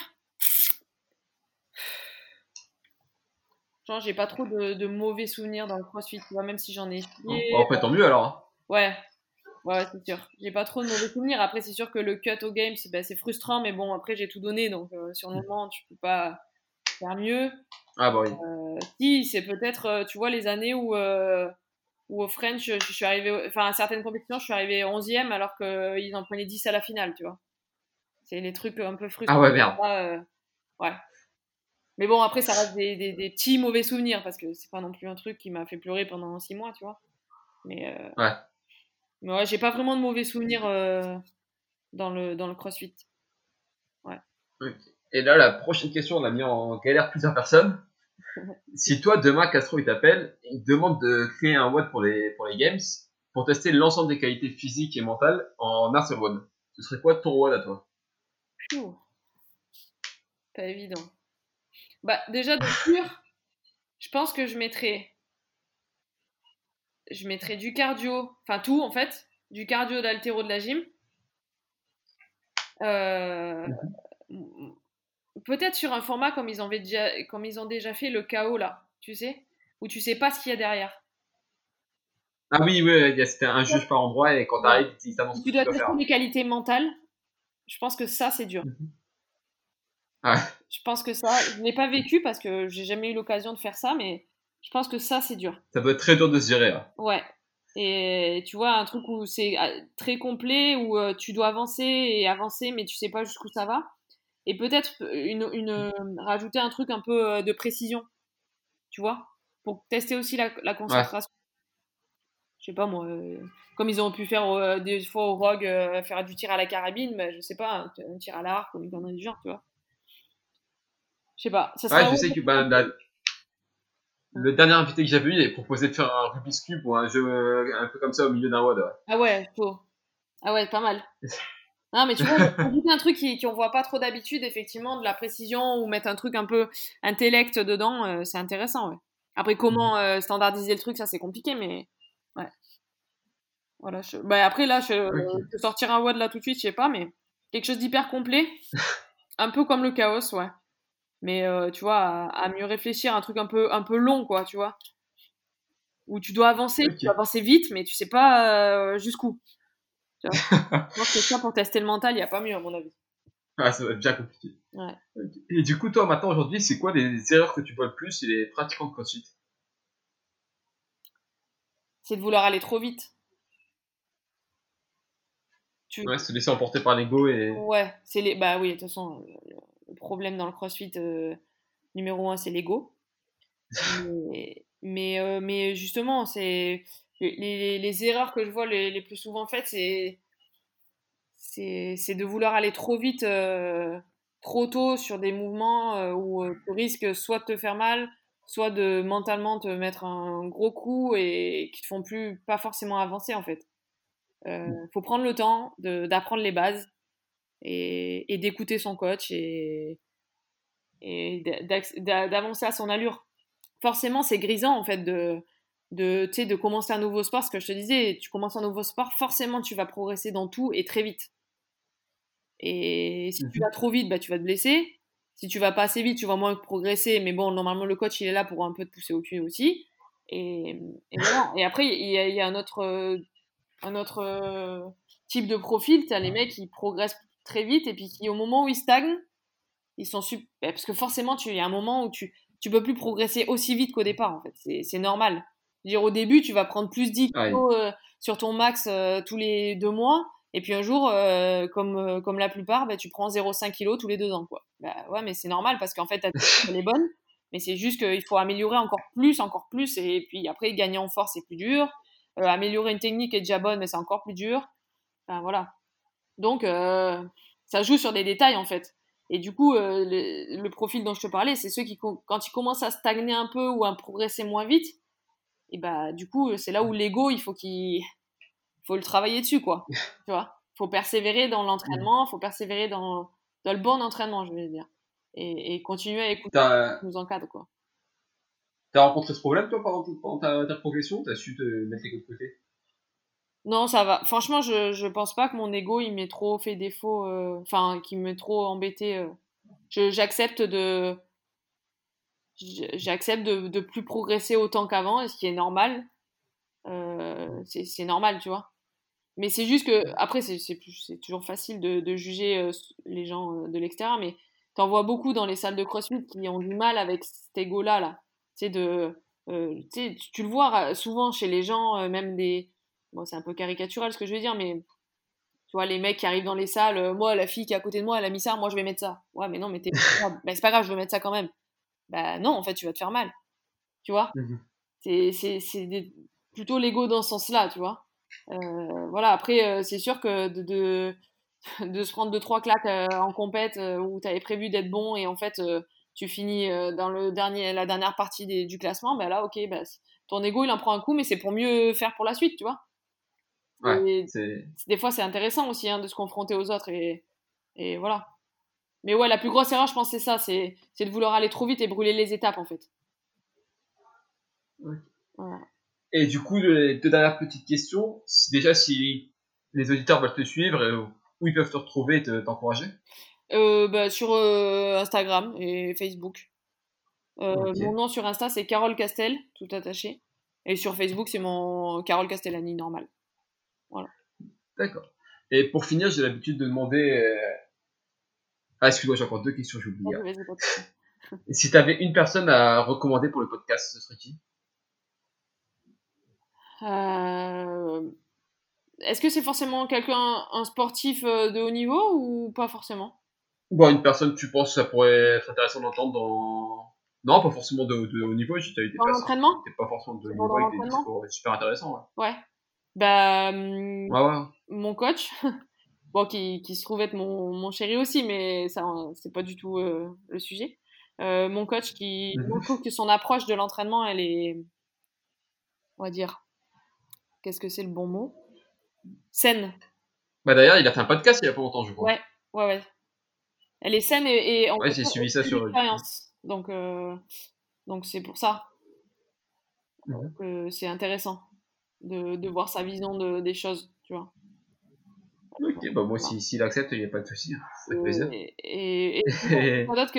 Speaker 3: genre j'ai pas trop de mauvais souvenirs dans le CrossFit, tu vois, même si j'en ai
Speaker 2: Bon,
Speaker 3: chié.
Speaker 2: après, tant mieux alors.
Speaker 3: Ouais, ouais, c'est sûr. J'ai pas trop de mauvais souvenirs. Après, c'est sûr que le cut au game, c'est frustrant, mais bon, après, j'ai tout donné, donc sur le moment, tu peux pas faire mieux.
Speaker 2: Ah bah oui.
Speaker 3: Si, c'est peut-être, tu vois, les années où au French, je suis arrivé, enfin, à certaines compétitions, je suis arrivé 11e alors qu'ils en prenaient 10 à la finale, tu vois. C'est les trucs un peu
Speaker 2: Ah
Speaker 3: frustrants.
Speaker 2: ouais, merde.
Speaker 3: Ouais. Mais bon, après, ça reste des petits mauvais souvenirs parce que c'est pas non plus un truc qui m'a fait pleurer pendant 6 mois, tu vois. Mais, euh,
Speaker 2: Ouais.
Speaker 3: mais ouais, j'ai pas vraiment de mauvais souvenirs dans le CrossFit. Ouais.
Speaker 2: Ok. Et là, la prochaine question, on a mis en galère plusieurs personnes. Si toi, demain, Castro, il t'appelle, et il te demande de créer un WOD pour les Games, pour tester l'ensemble des qualités physiques et mentales en un seul WOD, ce serait quoi ton WOD à toi?
Speaker 3: Pfiou, pas évident. Bah, déjà, de pur, je pense que je mettrais du cardio, enfin tout en fait, du cardio, d'haltéro, de la gym. Euh, Peut-être sur un format comme ils ont déjà fait le KO là, tu sais, où tu sais pas ce qu'il y a derrière.
Speaker 2: Ah oui, oui, c'était un juge par endroit, et quand
Speaker 3: Voilà.
Speaker 2: t'arrives, il t'annonce
Speaker 3: Si
Speaker 2: ce que
Speaker 3: tu
Speaker 2: tu
Speaker 3: dois
Speaker 2: dois
Speaker 3: tester
Speaker 2: faire.
Speaker 3: les qualités mentales, je pense que ça c'est dur.
Speaker 2: Ah ouais.
Speaker 3: Je pense que ça, je l'ai pas vécu parce que j'ai jamais eu l'occasion de faire ça, mais je pense que ça c'est dur.
Speaker 2: Ça doit être très dur de se gérer, là.
Speaker 3: Ouais. Et tu vois, un truc où c'est très complet, où tu dois avancer et avancer, mais tu sais pas jusqu'où ça va. Et peut-être rajouter un truc un peu de précision, tu vois, pour tester aussi la
Speaker 2: Ouais.
Speaker 3: concentration. je sais pas moi, comme ils ont pu faire des fois au Rogue, faire du tir à la carabine, je sais pas, un tir à l'arc ou une connerie du genre, tu vois. Je sais pas, ça
Speaker 2: Ouais,
Speaker 3: serait
Speaker 2: je sais que le dernier invité que j'avais eu, il avait proposé de faire un Rubik's Cube ou un jeu un peu comme ça au milieu d'un WOD.
Speaker 3: Ah ouais, chaud. Ah ouais, pas mal. Non, mais tu vois, rajouter un truc qu'on voit pas trop d'habitude, effectivement, de la précision ou mettre un truc un peu intellect dedans, c'est intéressant, ouais. Après, comment standardiser le truc, ça c'est compliqué, mais ouais. Voilà, après là,
Speaker 2: Ok.
Speaker 3: je peux sortir un WOD là tout de suite, je sais pas, mais quelque chose d'hyper complet, un peu comme le chaos, ouais. Mais tu vois, à mieux réfléchir, un truc un peu long, quoi, tu vois. Où tu
Speaker 2: Ok.
Speaker 3: dois avancer vite, mais tu sais pas jusqu'où. Tu vois. Je pense que ça, pour tester le mental, il y a pas mieux, à mon avis.
Speaker 2: Ah, ça va être bien compliqué.
Speaker 3: Ouais.
Speaker 2: Ok. Et du coup, toi, maintenant, aujourd'hui, c'est quoi les erreurs que tu vois le plus chez les pratiquants de CrossFit?
Speaker 3: C'est de vouloir aller trop vite. Tu,
Speaker 2: Ouais, se laisser emporter par l'ego et.
Speaker 3: Ouais, bah oui, de toute façon, le problème dans le CrossFit, numéro un, c'est l'ego. Mais justement, c'est les erreurs que je vois les plus souvent faites, c'est de vouloir aller trop vite, trop tôt sur des mouvements où tu risques soit de te faire mal, soit de mentalement te mettre un gros coup et qui te font plus, pas forcément avancer en fait. Faut prendre le temps d'apprendre les bases et d'écouter son coach et d'avancer à son allure. Forcément, c'est grisant en fait tu sais, de commencer un nouveau sport. Ce que je te disais, tu commences un nouveau sport, forcément tu vas progresser dans tout et très vite. Et si tu vas
Speaker 2: Mhm.
Speaker 3: trop vite, bah, tu vas te blesser. Si tu vas pas assez vite, tu vas moins progresser. Mais bon, normalement, le coach, il est là pour un peu te pousser au cul aussi. Et voilà. Et après, il y a un autre type de profil. Tu as les mecs qui progressent très vite et puis qui, au moment où ils stagnent, ils sont super. Parce que forcément, il y a un moment où tu peux plus progresser aussi vite qu'au départ, en fait. C'est normal. Je veux dire, au début, tu vas prendre plus 10
Speaker 2: Ouais.
Speaker 3: kilos sur ton max tous les 2 mois. Et puis un jour, comme la plupart, bah, tu prends 0,5 kilos tous les 2 ans, quoi. Bah ouais, mais c'est normal parce qu'en fait, ta technique, elle est bonne. Mais c'est juste qu'il faut améliorer encore plus. Et puis après, gagner en force, c'est plus dur. Améliorer une technique est déjà bonne, mais c'est encore plus dur. Enfin, voilà. Donc, ça joue sur des détails, en fait. Et du coup, le profil dont je te parlais, c'est ceux qui, quand ils commencent à stagner un peu ou à progresser moins vite, et bah, du coup, c'est là où l'ego, faut le travailler dessus, quoi. Tu vois? Faut persévérer dans
Speaker 2: Mhm.
Speaker 3: l'entraînement, faut persévérer dans le bon entraînement, je vais dire. Et continuer à écouter ce
Speaker 2: T'as
Speaker 3: qui nous encadre, quoi.
Speaker 2: t'as rencontré ce problème, toi, pendant ta progression? T'as su te mettre les coups de côté?
Speaker 3: Non, ça va. Franchement, je pense pas que mon ego, il m'ait trop fait défaut, enfin, qu'il m'ait trop embêté. J'accepte j'accepte de plus progresser autant qu'avant, ce qui est normal. C'est normal, tu vois. Mais c'est juste que, après, c'est toujours facile de juger les gens de l'extérieur, mais t'en vois beaucoup dans les salles de CrossFit qui ont du mal avec cet ego-là, là. Tu sais, tu sais, tu le vois souvent chez les gens, même des. Bon, c'est un peu caricatural ce que je veux dire, mais tu vois, les mecs qui arrivent dans les salles, moi, la fille qui est à côté de moi, elle a mis ça, moi, je vais mettre ça. Ouais, mais non, mais t'es. Ben, c'est pas grave, je vais mettre ça quand même. Bah non, en fait, tu vas te faire mal, tu vois.
Speaker 2: Mhm.
Speaker 3: C'est plutôt l'ego dans ce sens-là, tu vois. Voilà, après, c'est sûr que de se prendre deux, trois claques en compète où tu avais prévu d'être bon et en fait, tu finis dans la dernière partie du classement, bah là, ok, bah, ton ego, il en prend un coup, mais c'est pour mieux faire pour la suite, tu vois.
Speaker 2: Ouais,
Speaker 3: Et
Speaker 2: c'est.
Speaker 3: des fois, c'est intéressant aussi hein, de se confronter aux autres et voilà. Mais ouais, la plus grosse erreur, je pense, c'est ça, c'est de vouloir aller trop vite et brûler les étapes, en fait.
Speaker 2: Ouais.
Speaker 3: Voilà.
Speaker 2: Et du coup, les deux dernières petites questions. Déjà, si les auditeurs veulent te suivre, où ils peuvent te retrouver et t'encourager?
Speaker 3: Bah, sur Instagram et Facebook.
Speaker 2: Ok,
Speaker 3: Mon nom sur Insta, c'est Carole Castel, tout attaché. Et sur Facebook, c'est mon Carole Castellani, normal. Voilà.
Speaker 2: d'accord. Et pour finir, j'ai l'habitude de demander. Ah, excuse-moi, j'ai encore deux questions, j'ai oublié.
Speaker 3: Vas-y, vas-y, pas de souci.
Speaker 2: Et si tu avais une personne à recommander pour le podcast, ce serait qui?
Speaker 3: Euh, Est-ce que c'est forcément quelqu'un, un sportif de haut niveau ou pas forcément?
Speaker 2: Bon, une personne que tu penses que ça pourrait être intéressant d'entendre dans. Non, pas forcément de haut niveau, j'ai déjà eu des
Speaker 3: Dans
Speaker 2: personnes qui
Speaker 3: l'entraînement?
Speaker 2: n'étaient pas forcément de haut
Speaker 3: C'est pour
Speaker 2: niveau
Speaker 3: dans
Speaker 2: avec des
Speaker 3: l'entraînement?
Speaker 2: discours super intéressants. Ouais.
Speaker 3: Ouais. Bah,
Speaker 2: Ouais.
Speaker 3: mon coach, bon, qui se trouve être mon chéri aussi, mais ça, c'est pas du tout le sujet. Mon coach moi, je
Speaker 2: Mhm.
Speaker 3: trouve que son approche de l'entraînement, elle est, on va dire, qu'est-ce que c'est le bon mot? Saine.
Speaker 2: Bah d'ailleurs, il a fait un podcast il y a pas longtemps, je crois.
Speaker 3: Ouais, ouais. Elle est saine et en
Speaker 2: Ouais,
Speaker 3: fait,
Speaker 2: j'ai suivi ça
Speaker 3: aucune
Speaker 2: sur YouTube.
Speaker 3: expérience. Donc c'est pour ça
Speaker 2: Mhm.
Speaker 3: que c'est intéressant de voir sa vision des choses, tu vois.
Speaker 2: Ok, bah moi,
Speaker 3: Voilà.
Speaker 2: s'il accepte, il n'y a pas de souci. Avec plaisir.
Speaker 3: Et sinon, quelqu'un d'autre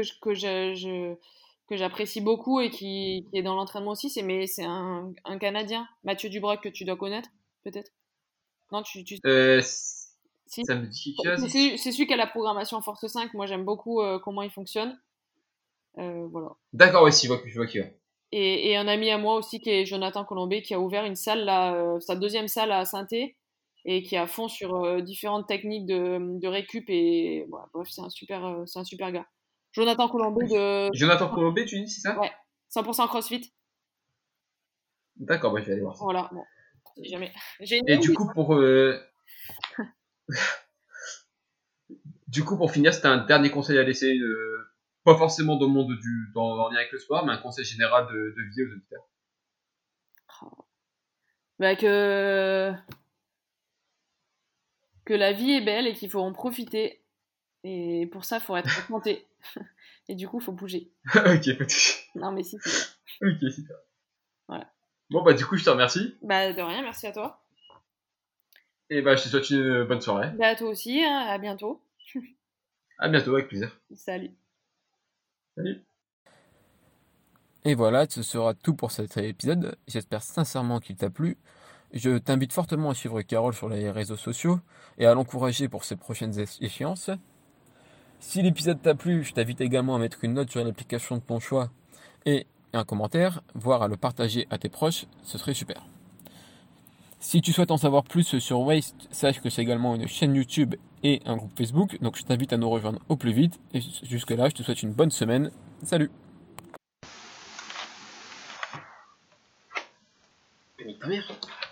Speaker 3: que j'apprécie beaucoup et qui est dans l'entraînement aussi, c'est un Canadien, Mathieu Dubroc, que tu dois connaître, peut-être. Non, si.
Speaker 2: Ça me dit quelque
Speaker 3: C'est
Speaker 2: chose.
Speaker 3: c'est celui qui a la programmation Force 5. Moi, j'aime beaucoup comment il fonctionne. Voilà.
Speaker 2: D'accord, ouais, je vois qui va.
Speaker 3: Et un ami à moi aussi qui est Jonathan Colombé qui a ouvert une salle là, sa deuxième salle à Saint-Étienne et qui est à fond sur différentes techniques de récup et voilà, bref, c'est un super gars. Jonathan Colombé de
Speaker 2: Jonathan Colombé, tu dis, c'est ça?
Speaker 3: ouais, 100% CrossFit.
Speaker 2: D'accord, bah je vais aller voir ça.
Speaker 3: Voilà, bon, si jamais. J'ai une
Speaker 2: Et
Speaker 3: longue liste.
Speaker 2: du coup, pour finir, c'était un dernier conseil à laisser, pas forcément dans le monde en lien avec le sport, mais un conseil général de vie aux auditeurs.
Speaker 3: Bah, que la vie est belle et qu'il faut en profiter. Et pour ça, il faut être en santé. Et du coup, il faut bouger.
Speaker 2: Ok, pas de souci.
Speaker 3: Non, mais si.
Speaker 2: Ok, super.
Speaker 3: Voilà.
Speaker 2: Bon, bah du coup, je te remercie.
Speaker 3: Bah, de rien, merci à toi.
Speaker 2: Et bah, je te souhaite une bonne soirée.
Speaker 3: Bah, à toi aussi, hein, à bientôt.
Speaker 2: À bientôt, avec plaisir.
Speaker 3: Salut.
Speaker 2: Salut.
Speaker 1: Et voilà, ce sera tout pour cet épisode. J'espère sincèrement qu'il t'a plu. Je t'invite fortement à suivre Carole sur les réseaux sociaux et à l'encourager pour ses prochaines échéances. Si l'épisode t'a plu, je t'invite également à mettre une note sur l'application de ton choix et un commentaire, voire à le partager à tes proches, ce serait super. Si tu souhaites en savoir plus sur Waste, sache que c'est également une chaîne YouTube et un groupe Facebook, donc je t'invite à nous rejoindre au plus vite. Et jusque là, je te souhaite une bonne semaine. Salut!
Speaker 2: Mais ta mère.